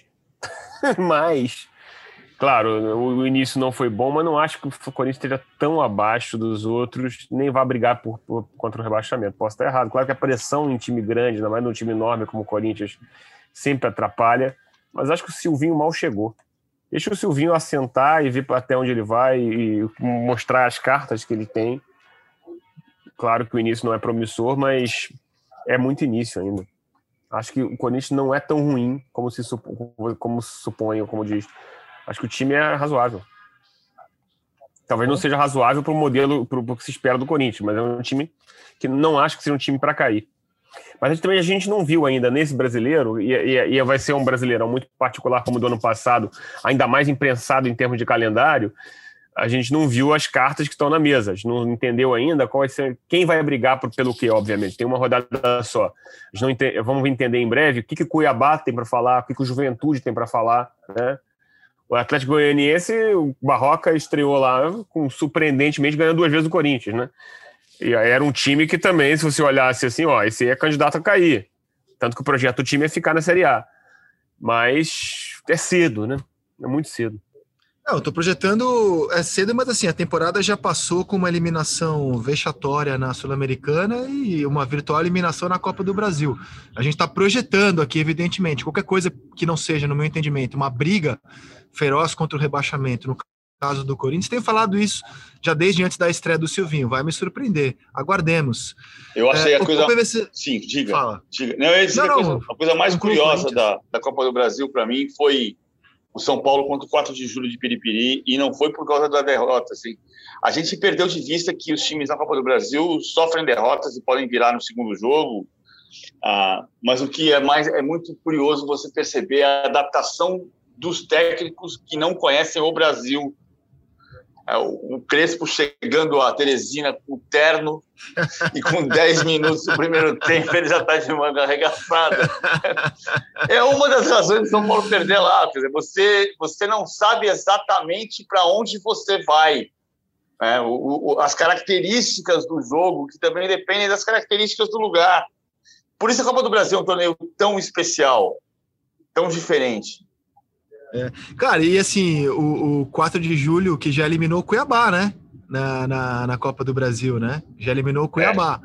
Mas, claro, o início não foi bom, mas não acho que o Corinthians esteja tão abaixo dos outros, nem vai brigar contra o rebaixamento. Posso estar errado. Claro que a pressão em time grande, ainda mais num time enorme como o Corinthians, sempre atrapalha, mas acho que o Silvinho mal chegou. Deixa o Silvinho assentar e ver até onde ele vai e mostrar as cartas que ele tem. Claro que o início não é promissor, mas... é muito início ainda. Acho que o Corinthians não é tão ruim como se supõe, ou como diz. Acho que o time é razoável. Talvez não seja razoável para o modelo, para o que se espera do Corinthians, mas é um time que não acho que seja um time para cair. Mas a gente não viu ainda nesse brasileiro, e vai ser um brasileirão muito particular como o do ano passado, ainda mais imprensado em termos de calendário. A gente não viu as cartas que estão na mesa, a gente não entendeu ainda quem vai brigar pelo quê, obviamente. Tem uma rodada só. Vamos entender em breve o que o Cuiabá tem para falar, o que o Juventude tem para falar, né? O Atlético Goianiense, o Barroca estreou lá, surpreendentemente, ganhando 2 vezes o Corinthians, né? E aí era um time que também, se você olhasse assim, esse aí é candidato a cair. Tanto que o projeto do time é ficar na Série A. Mas é cedo, né? É muito cedo. Não, eu tô projetando, é cedo, mas assim, a temporada já passou com uma eliminação vexatória na Sul-Americana e uma virtual eliminação na Copa do Brasil. A gente tá projetando aqui, evidentemente, qualquer coisa que não seja, no meu entendimento, uma briga feroz contra o rebaixamento, no caso do Corinthians, tenho falado isso já desde antes da estreia do Silvinho, vai me surpreender, aguardemos. Eu achei a coisa... PVC... Sim, diga. Fala. Diga. Não, a coisa mais curiosa da Copa do Brasil, para mim, foi o São Paulo contra o 4 de julho de Piripiri, e não foi por causa da derrota. Assim. A gente perdeu de vista que os times na Copa do Brasil sofrem derrotas e podem virar no segundo jogo, mas o que é muito curioso você perceber a adaptação dos técnicos que não conhecem o Brasil. O Crespo chegando a Teresina com terno e com 10 minutos do primeiro tempo ele já está de manga arregaçada. É uma das razões do São Paulo perder lá. Quer dizer, você não sabe exatamente para onde você vai. As características do jogo, que também dependem das características do lugar. Por isso a Copa do Brasil é um torneio tão especial, tão diferente. Cara, e assim, o 4 de julho, que já eliminou o Cuiabá, né? Na Copa do Brasil, né? Já eliminou o Cuiabá.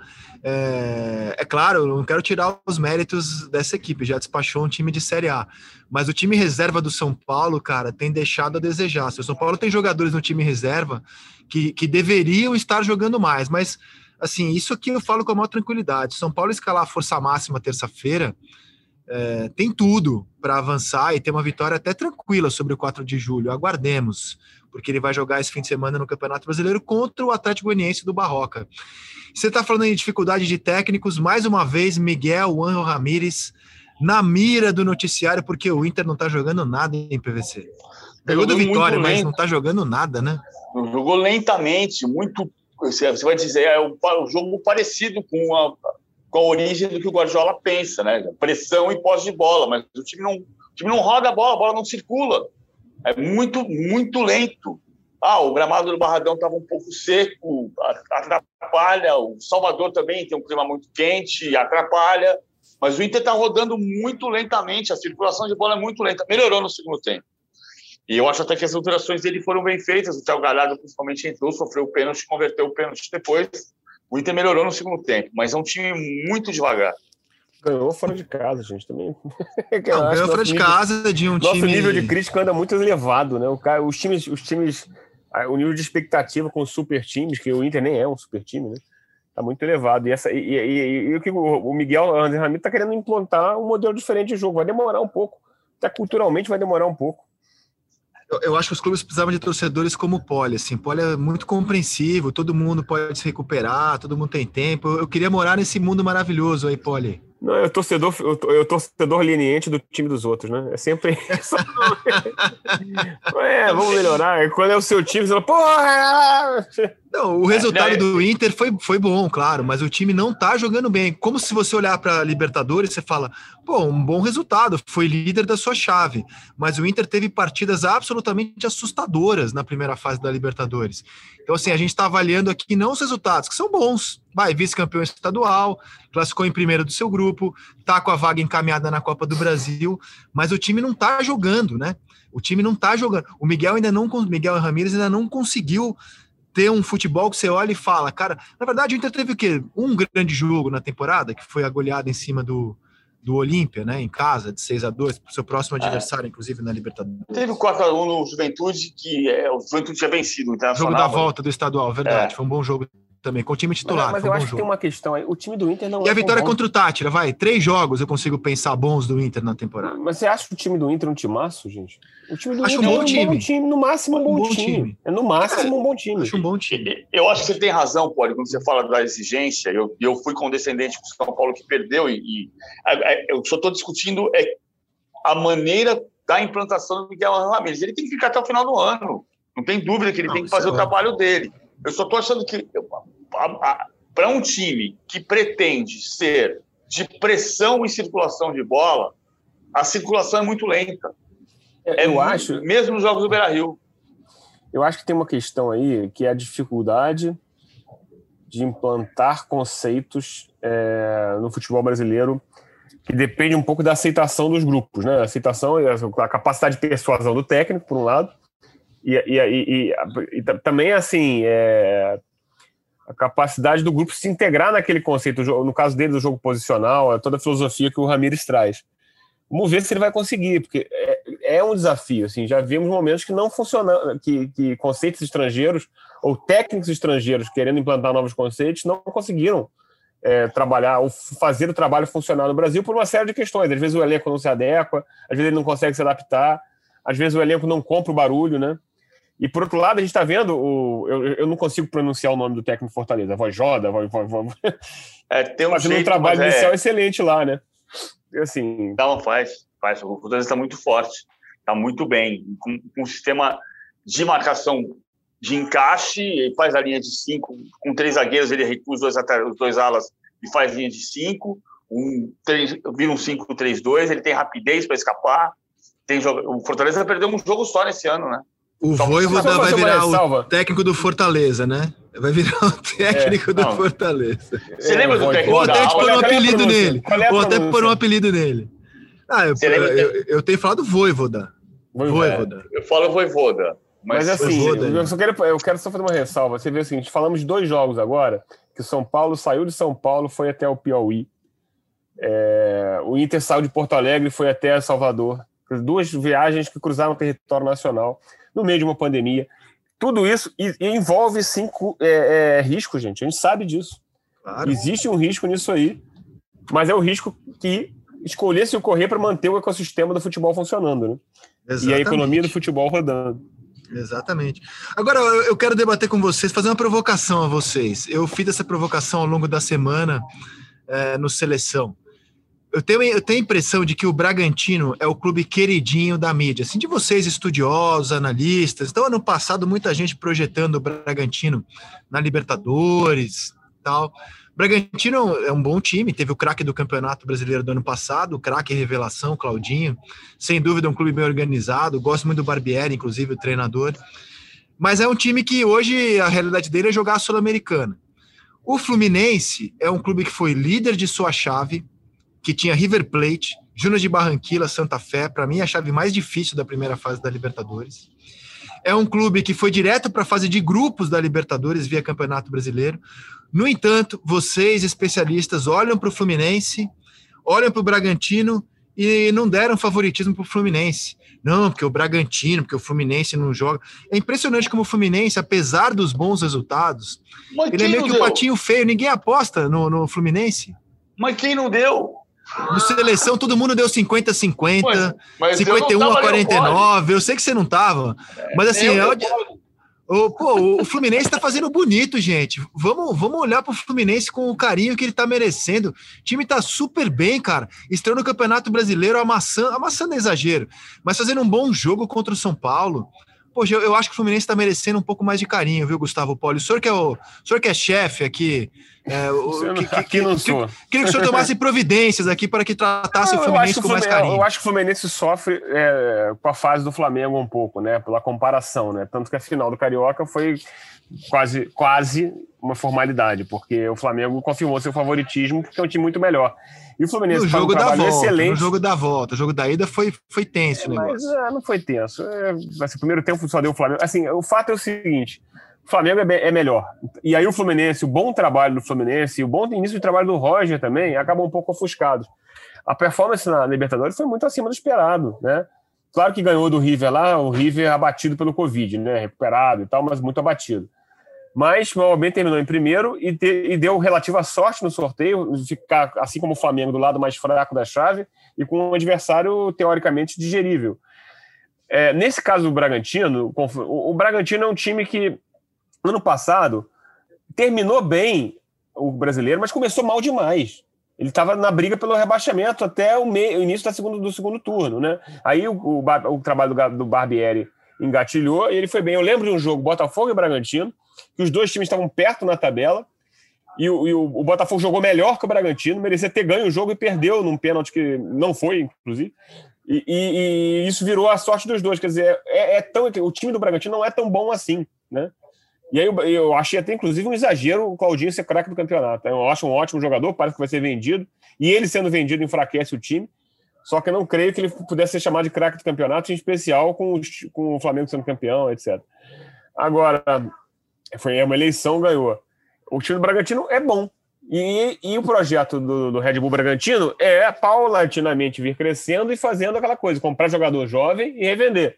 É claro, eu não quero tirar os méritos dessa equipe, já despachou um time de Série A. Mas o time reserva do São Paulo, cara, tem deixado a desejar. O São Paulo tem jogadores no time reserva que deveriam estar jogando mais, mas, assim, isso aqui eu falo com a maior tranquilidade. São Paulo escalar a força máxima terça-feira, tem tudo para avançar e ter uma vitória até tranquila sobre o 4 de julho. Aguardemos, porque ele vai jogar esse fim de semana no Campeonato Brasileiro contra o Atlético Goianiense do Barroca. Você está falando em dificuldade de técnicos, mais uma vez, Miguel Ángel Ramírez na mira do noticiário, porque o Inter não está jogando nada em PVC. Ganhou do Vitória, mas não está jogando nada, né? Jogou lentamente, muito. Você vai dizer, um jogo parecido com a origem do que o Guardiola pensa, né? Pressão e posse de bola, mas o time não roda a bola não circula. É muito, muito lento. O gramado do Barradão estava um pouco seco, atrapalha. O Salvador também tem um clima muito quente, atrapalha. Mas o Inter está rodando muito lentamente, a circulação de bola é muito lenta. Melhorou no segundo tempo. E eu acho até que as alterações dele foram bem feitas. O Thiago Galhardo principalmente entrou, sofreu o pênalti, converteu o pênalti depois. O Inter melhorou no segundo tempo, mas é um time muito devagar. Ganhou fora de casa, gente, também. Ganhou fora de casa de um time... Nosso nível de crítica anda muito elevado, né? Os times, o nível de expectativa com os super times, que o Inter nem é um super time, né? Tá muito elevado. E o que o Miguel Ángel Ramírez tá querendo implantar um modelo diferente de jogo. Vai demorar um pouco. Até culturalmente vai demorar um pouco. Eu acho que os clubes precisavam de torcedores como o Poli. Assim, o Poli é muito compreensivo, todo mundo pode se recuperar, todo mundo tem tempo. Eu queria morar nesse mundo maravilhoso aí, Poli. Não, eu torcedor leniente do time dos outros, né? É sempre isso. Vamos melhorar. Quando é o seu time, você fala, porra! Não, o resultado do Inter foi bom, claro, mas o time não tá jogando bem. Como se você olhar para Libertadores, você fala, um bom resultado, foi líder da sua chave. Mas o Inter teve partidas absolutamente assustadoras na primeira fase da Libertadores. Então, assim, a gente está avaliando aqui não os resultados, que são bons. Vice-campeão estadual, classificou em primeiro do seu grupo, tá com a vaga encaminhada na Copa do Brasil, mas o time não tá jogando, né? O time não tá jogando. O Miguel Ramírez ainda não conseguiu ter um futebol que você olha e fala, cara, na verdade o Inter teve o quê? Um grande jogo na temporada, que foi a goleada em cima do Olímpia, né, em casa, de 6-2, pro seu próximo adversário, inclusive, na Libertadores. Teve o 4-1 no Juventude, que o Juventude tinha vencido. Jogo da volta do estadual, verdade, foi um bom jogo também, com o time titular. Mas eu acho que tem uma questão aí, o time do Inter não E a vitória contra o Tátira, 3 jogos eu consigo pensar bons do Inter na temporada. Mas você acha o time do Inter um timaço, gente? O time do Inter é um bom time, no máximo um bom time. É no máximo um bom time. Acho um bom time. Eu acho que você tem razão, Poli, quando você fala da exigência. Eu fui condescendente com o São Paulo que perdeu eu só estou discutindo a maneira da implantação do Miguel Ángel Ramírez. Ele tem que ficar até o final do ano. Não tem dúvida que ele tem que fazer o trabalho dele. Eu só estou achando que para um time que pretende ser de pressão e circulação de bola, a circulação é muito lenta. Acho, mesmo nos jogos do Beira-Rio. Eu acho que tem uma questão aí que é a dificuldade de implantar conceitos no futebol brasileiro que depende um pouco da aceitação dos grupos, né? A aceitação e a capacidade de persuasão do técnico, por um lado, e também, assim, a capacidade do grupo se integrar naquele conceito, no caso dele, do jogo posicional, toda a filosofia que o Ramírez traz. Vamos ver se ele vai conseguir, porque é um desafio. Assim, já vimos momentos que não funcionam, que conceitos estrangeiros ou técnicos estrangeiros querendo implantar novos conceitos não conseguiram trabalhar ou fazer o trabalho funcionar no Brasil por uma série de questões. Às vezes o elenco não se adequa, às vezes ele não consegue se adaptar. às vezes o elenco não compra o barulho, né? E por outro lado, a gente está vendo, eu não consigo pronunciar o nome do técnico Fortaleza, Vojvoda, tem um fazendo jeito, um trabalho inicial excelente lá, né? Assim... Não, faz. O Fortaleza está muito forte, está muito bem, com um sistema de marcação de encaixe, ele faz a linha de 5, com 3 zagueiros, ele recua os dois alas e faz linha de 5, vira um 5-3-2, ele tem rapidez para escapar. O Fortaleza perdeu um jogo só nesse ano, né? O Vojvoda vai virar o técnico do Fortaleza, né? Vai virar o técnico do Fortaleza. Você lembra do técnico? Ou até pôr um apelido nele. Ou até pôr um apelido nele. Eu tenho falado Vojvoda. Eu falo Vojvoda. Mas assim, eu quero só fazer uma ressalva. Você vê o seguinte, falamos de 2 jogos agora, que o São Paulo saiu de São Paulo, foi até o Piauí. O Inter saiu de Porto Alegre e foi até Salvador. 2 viagens que cruzaram o território nacional no meio de uma pandemia. Tudo isso envolve, sim, risco, gente. A gente sabe disso. Claro. Existe um risco nisso aí, mas é o risco que escolhesse ocorrer para manter o ecossistema do futebol funcionando, né? Exatamente. E a economia do futebol rodando. Exatamente. Agora, eu quero debater com vocês, fazer uma provocação a vocês. Eu fiz essa provocação ao longo da semana no Seleção. Eu tenho a impressão de que o Bragantino é o clube queridinho da mídia, assim, de vocês, estudiosos, analistas. Então, ano passado, muita gente projetando o Bragantino na Libertadores e tal. O Bragantino é um bom time, teve o craque do Campeonato Brasileiro do ano passado, o craque revelação, Claudinho. Sem dúvida, é um clube bem organizado. Gosto muito do Barbieri, inclusive, o treinador. Mas é um time que hoje a realidade dele é jogar a Sul-Americana. O Fluminense é um clube que foi líder de sua chave, que tinha River Plate, Júnior de Barranquilla, Santa Fé, para mim a chave mais difícil da primeira fase da Libertadores. É um clube que foi direto para a fase de grupos da Libertadores via Campeonato Brasileiro. No entanto, vocês, especialistas, olham para o Fluminense, olham para o Bragantino e não deram favoritismo para o Fluminense. Não, porque o Bragantino, porque o Fluminense não joga. É impressionante como o Fluminense, apesar dos bons resultados, ele é meio que um patinho feio, ninguém aposta no Fluminense. Mas quem não deu? No Seleção, todo mundo deu 50-50, 51-49. Eu sei que você não tava, mas assim, o Fluminense tá fazendo bonito, gente. Vamos olhar pro Fluminense com o carinho que ele tá merecendo. O time tá super bem, cara. Estreou no Campeonato Brasileiro, amassando é exagero, mas fazendo um bom jogo contra o São Paulo. Poxa, eu acho que o Fluminense está merecendo um pouco mais de carinho, viu, Gustavo Poli? O senhor que é chefe aqui... aqui não sou. Queria que o senhor tomasse providências aqui para que tratasse o Fluminense com mais carinho. Eu acho que o Fluminense sofre com a fase do Flamengo um pouco, né? Pela comparação, né? Tanto que a final do Carioca foi quase uma formalidade, porque o Flamengo confirmou seu favoritismo porque é um time muito melhor. E o Fluminense faz um trabalho excelente. No jogo da volta, o jogo da ida foi tenso o negócio. Mas não foi tenso. O primeiro tempo só deu o Flamengo. Assim, o fato é o seguinte, o Flamengo é melhor. E aí o Fluminense, o bom trabalho do Fluminense e o bom início de trabalho do Roger também acabam um pouco ofuscados. A performance na Libertadores foi muito acima do esperado, né? Claro que ganhou do River lá, o River abatido pelo Covid, né? Recuperado e tal, mas muito abatido. Mas o bem terminou em primeiro e deu relativa sorte no sorteio, de ficar, assim como o Flamengo, do lado mais fraco da chave e com um adversário teoricamente digerível. Nesse caso do Bragantino, o Bragantino é um time que, ano passado, terminou bem o brasileiro, mas começou mal demais. Ele estava na briga pelo rebaixamento até o início do segundo turno, né? Aí o trabalho do Barbieri engatilhou e ele foi bem. Eu lembro de um jogo, Botafogo e Bragantino, que os dois times estavam perto na tabela e o Botafogo jogou melhor que o Bragantino, merecia ter ganho o jogo e perdeu num pênalti que não foi, inclusive, e isso virou a sorte dos dois. Quer dizer, o time do Bragantino não é tão bom assim, né? E aí eu achei até, inclusive, um exagero o Claudinho ser craque do campeonato. Eu acho um ótimo jogador, parece que vai ser vendido, e ele sendo vendido enfraquece o time, só que eu não creio que ele pudesse ser chamado de craque do campeonato, em especial com o Flamengo sendo campeão, etc. Agora, foi uma eleição, ganhou. O time do Bragantino é bom. E o projeto do Red Bull Bragantino é paulatinamente vir crescendo e fazendo aquela coisa, comprar jogador jovem e revender.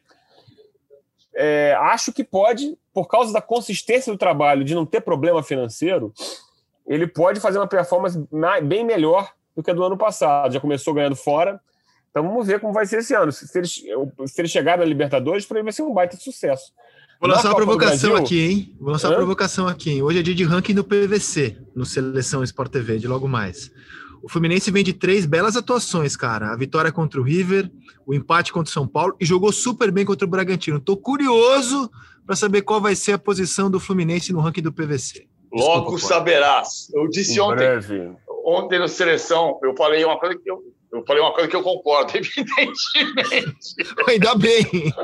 Acho que pode, por causa da consistência do trabalho, de não ter problema financeiro, ele pode fazer uma performance bem melhor do que a do ano passado. Já começou ganhando fora, Então vamos ver como vai ser esse ano. Se eles chegarem na Libertadores, para ele vai ser um baita sucesso. Vou lançar uma provocação aqui, hein? Vou lançar uma provocação aqui, hein? Hoje é dia de ranking do PVC, no Seleção Sport TV, de logo mais. O Fluminense vem de 3 belas atuações, cara. A vitória contra o River, o empate contra o São Paulo e jogou super bem contra o Bragantino. Tô curioso para saber qual vai ser a posição do Fluminense no ranking do PVC. Logo saberás. Eu disse ontem no Seleção, eu falei uma coisa que eu concordo, evidentemente. Ainda bem.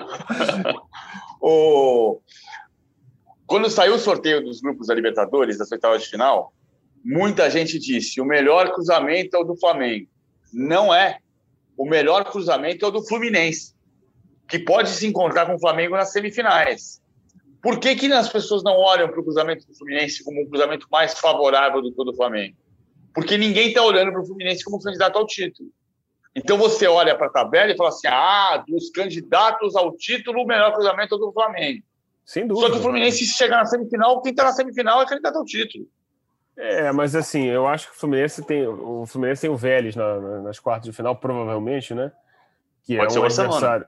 Quando saiu o sorteio dos grupos da Libertadores, das oitavas de final, muita gente disse: o melhor cruzamento é o do Flamengo. Não é. O melhor cruzamento é o do Fluminense, que pode se encontrar com o Flamengo nas semifinais. Por que as pessoas não olham para o cruzamento do Fluminense como um cruzamento mais favorável do que o do Flamengo? Porque ninguém está olhando para o Fluminense como candidato ao título. Então você olha para a tabela e fala assim: dos candidatos ao título, o melhor cruzamento é o do Flamengo. Sem dúvida. Só que o Fluminense, se chegar na semifinal, quem está na semifinal é candidato ao título. Mas assim, eu acho que o Fluminense tem o Vélez nas quartas de final, provavelmente, né? Que pode ser o adversário.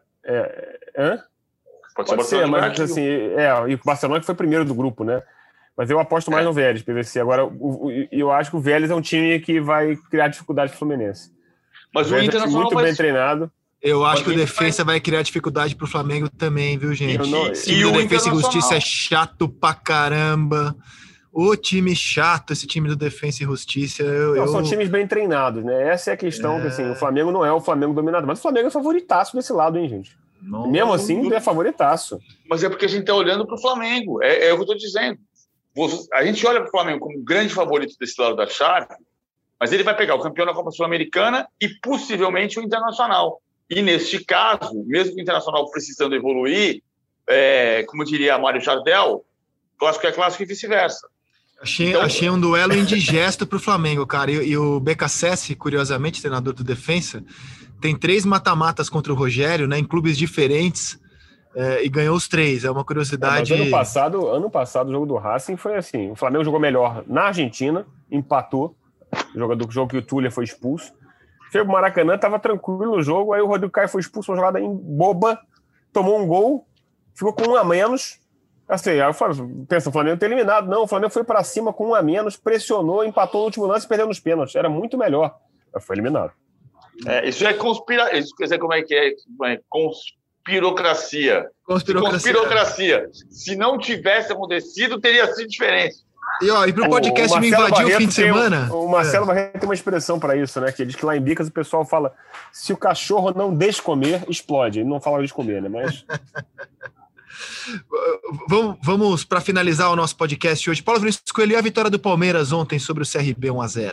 Pode ser, mas assim, e o Barcelona que foi primeiro do grupo, né? Mas eu aposto mais no Vélez, PVC. Agora, eu acho que o Vélez é um time que vai criar dificuldade pro Fluminense. Mas o Internacional muito bem treinado. Eu acho que o Defensa vai criar dificuldade pro Flamengo também, viu, gente? E o Defensa e Justiça é chato pra caramba. O time chato, esse time do Defensa e Justiça. São times bem treinados, né? Essa é a questão, que assim, o Flamengo não é o Flamengo dominado, mas o Flamengo é favoritaço desse lado, hein, gente? Não, mesmo assim, é favoritaço. Mas é porque a gente tá olhando pro Flamengo. É o que eu tô dizendo. A gente olha pro Flamengo como grande favorito desse lado da chave, mas ele vai pegar o campeão da Copa Sul-Americana e possivelmente o Internacional. E neste caso, mesmo que o Internacional precisando evoluir, como diria Mário Jardel, clássico é clássico e vice-versa. Achei um duelo indigesto para o Flamengo, cara. E o BKSS, curiosamente, treinador do Defensa, tem 3 mata-matas contra o Rogério, né, em clubes diferentes, e ganhou os 3. É uma curiosidade. Mas ano passado, o jogo do Racing foi assim: o Flamengo jogou melhor na Argentina, empatou, o jogo que o Túlio foi expulso. Foi pro Maracanã, estava tranquilo no jogo, aí o Rodrigo Caio foi expulso, uma jogada boba, tomou um gol, ficou com 1 a menos. Assim, aí eu falo, pensa, o Flamengo ter eliminado. Não, o Flamengo foi para cima com 1 a menos, pressionou, empatou no último lance e perdeu nos pênaltis. Era muito melhor. Mas foi eliminado. Isso é isso quer dizer como é que é? Conspirocracia. Se não tivesse acontecido, teria sido diferente. E para o podcast me invadir o fim de semana... O Marcelo Barreto tem uma expressão para isso, né? Que ele diz que lá em Bicas o pessoal fala: se o cachorro não deixa comer, explode. Ele não fala de comer, né? Mas... Vamos para finalizar o nosso podcast hoje. Paulo Vinícius Coelho, e a vitória do Palmeiras ontem sobre o CRB 1-0?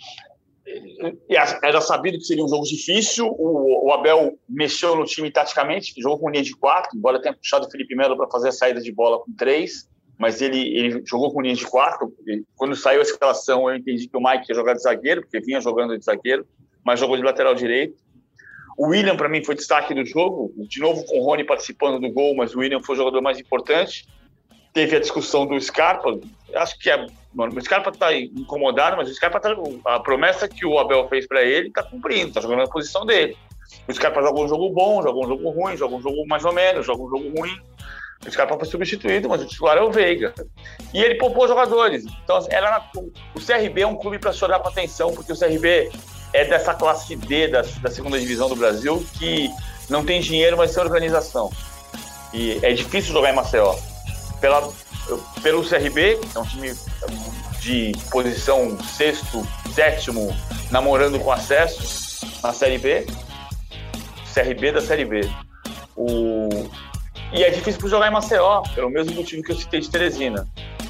Era sabido que seria um jogo difícil. O Abel mexeu no time taticamente, jogou com linha de 4, embora tenha puxado o Felipe Melo para fazer a saída de bola com 3, mas ele jogou com linha de 4. Quando saiu a escalação, eu entendi que o Mike ia jogar de zagueiro, porque vinha jogando de zagueiro, mas jogou de lateral direito. O William, para mim, foi destaque do jogo, de novo com o Rony participando do gol, mas o William foi o jogador mais importante. Teve a discussão do Scarpa, acho que o Scarpa está incomodado, mas o Scarpa a promessa que o Abel fez para ele está cumprindo, está jogando na posição dele. O Scarpa joga um jogo bom, joga um jogo ruim, joga um jogo mais ou menos, joga um jogo ruim. O Scarpa foi substituído, mas o titular é o Veiga. E ele poupou jogadores. Então, o CRB é um clube para chorar com atenção, porque o CRB é dessa classe D da segunda divisão do Brasil, que não tem dinheiro, mas tem organização. E é difícil jogar em Maceió. Pelo CRB, é um time de posição 6º, 7º, namorando com acesso na Série B. CRB da Série B. E é difícil para jogar em Maceió, pelo mesmo motivo que eu citei de Teresina.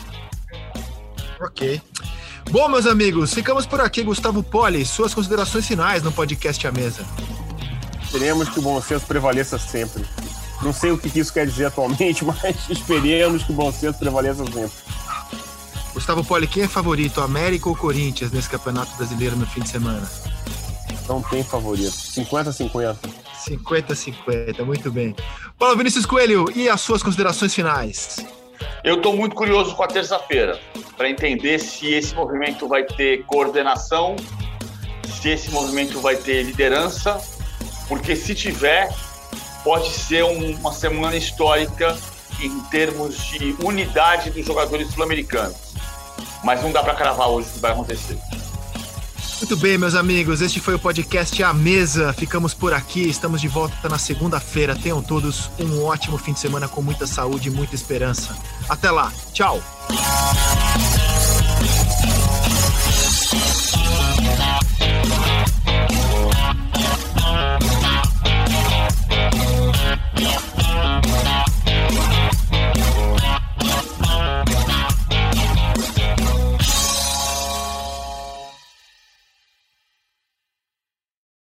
Ok. Bom, meus amigos, ficamos por aqui. Gustavo Poli, suas considerações finais no podcast A Mesa. Esperemos que o bom senso prevaleça sempre. Não sei o que isso quer dizer atualmente, mas esperemos que o bom senso prevaleça sempre. Gustavo Poli, quem é favorito, América ou Corinthians, nesse Campeonato Brasileiro no fim de semana? Não tem favorito. 50-50. 50-50, muito bem. Paulo Vinícius Coelho, e as suas considerações finais? Eu estou muito curioso com a terça-feira, para entender se esse movimento vai ter coordenação, se esse movimento vai ter liderança, porque se tiver, pode ser uma semana histórica em termos de unidade dos jogadores sul-americanos. Mas não dá para cravar hoje o que vai acontecer. Muito bem, meus amigos, este foi o podcast A Mesa. Ficamos por aqui, estamos de volta na segunda-feira. Tenham todos um ótimo fim de semana com muita saúde e muita esperança. Até lá, tchau!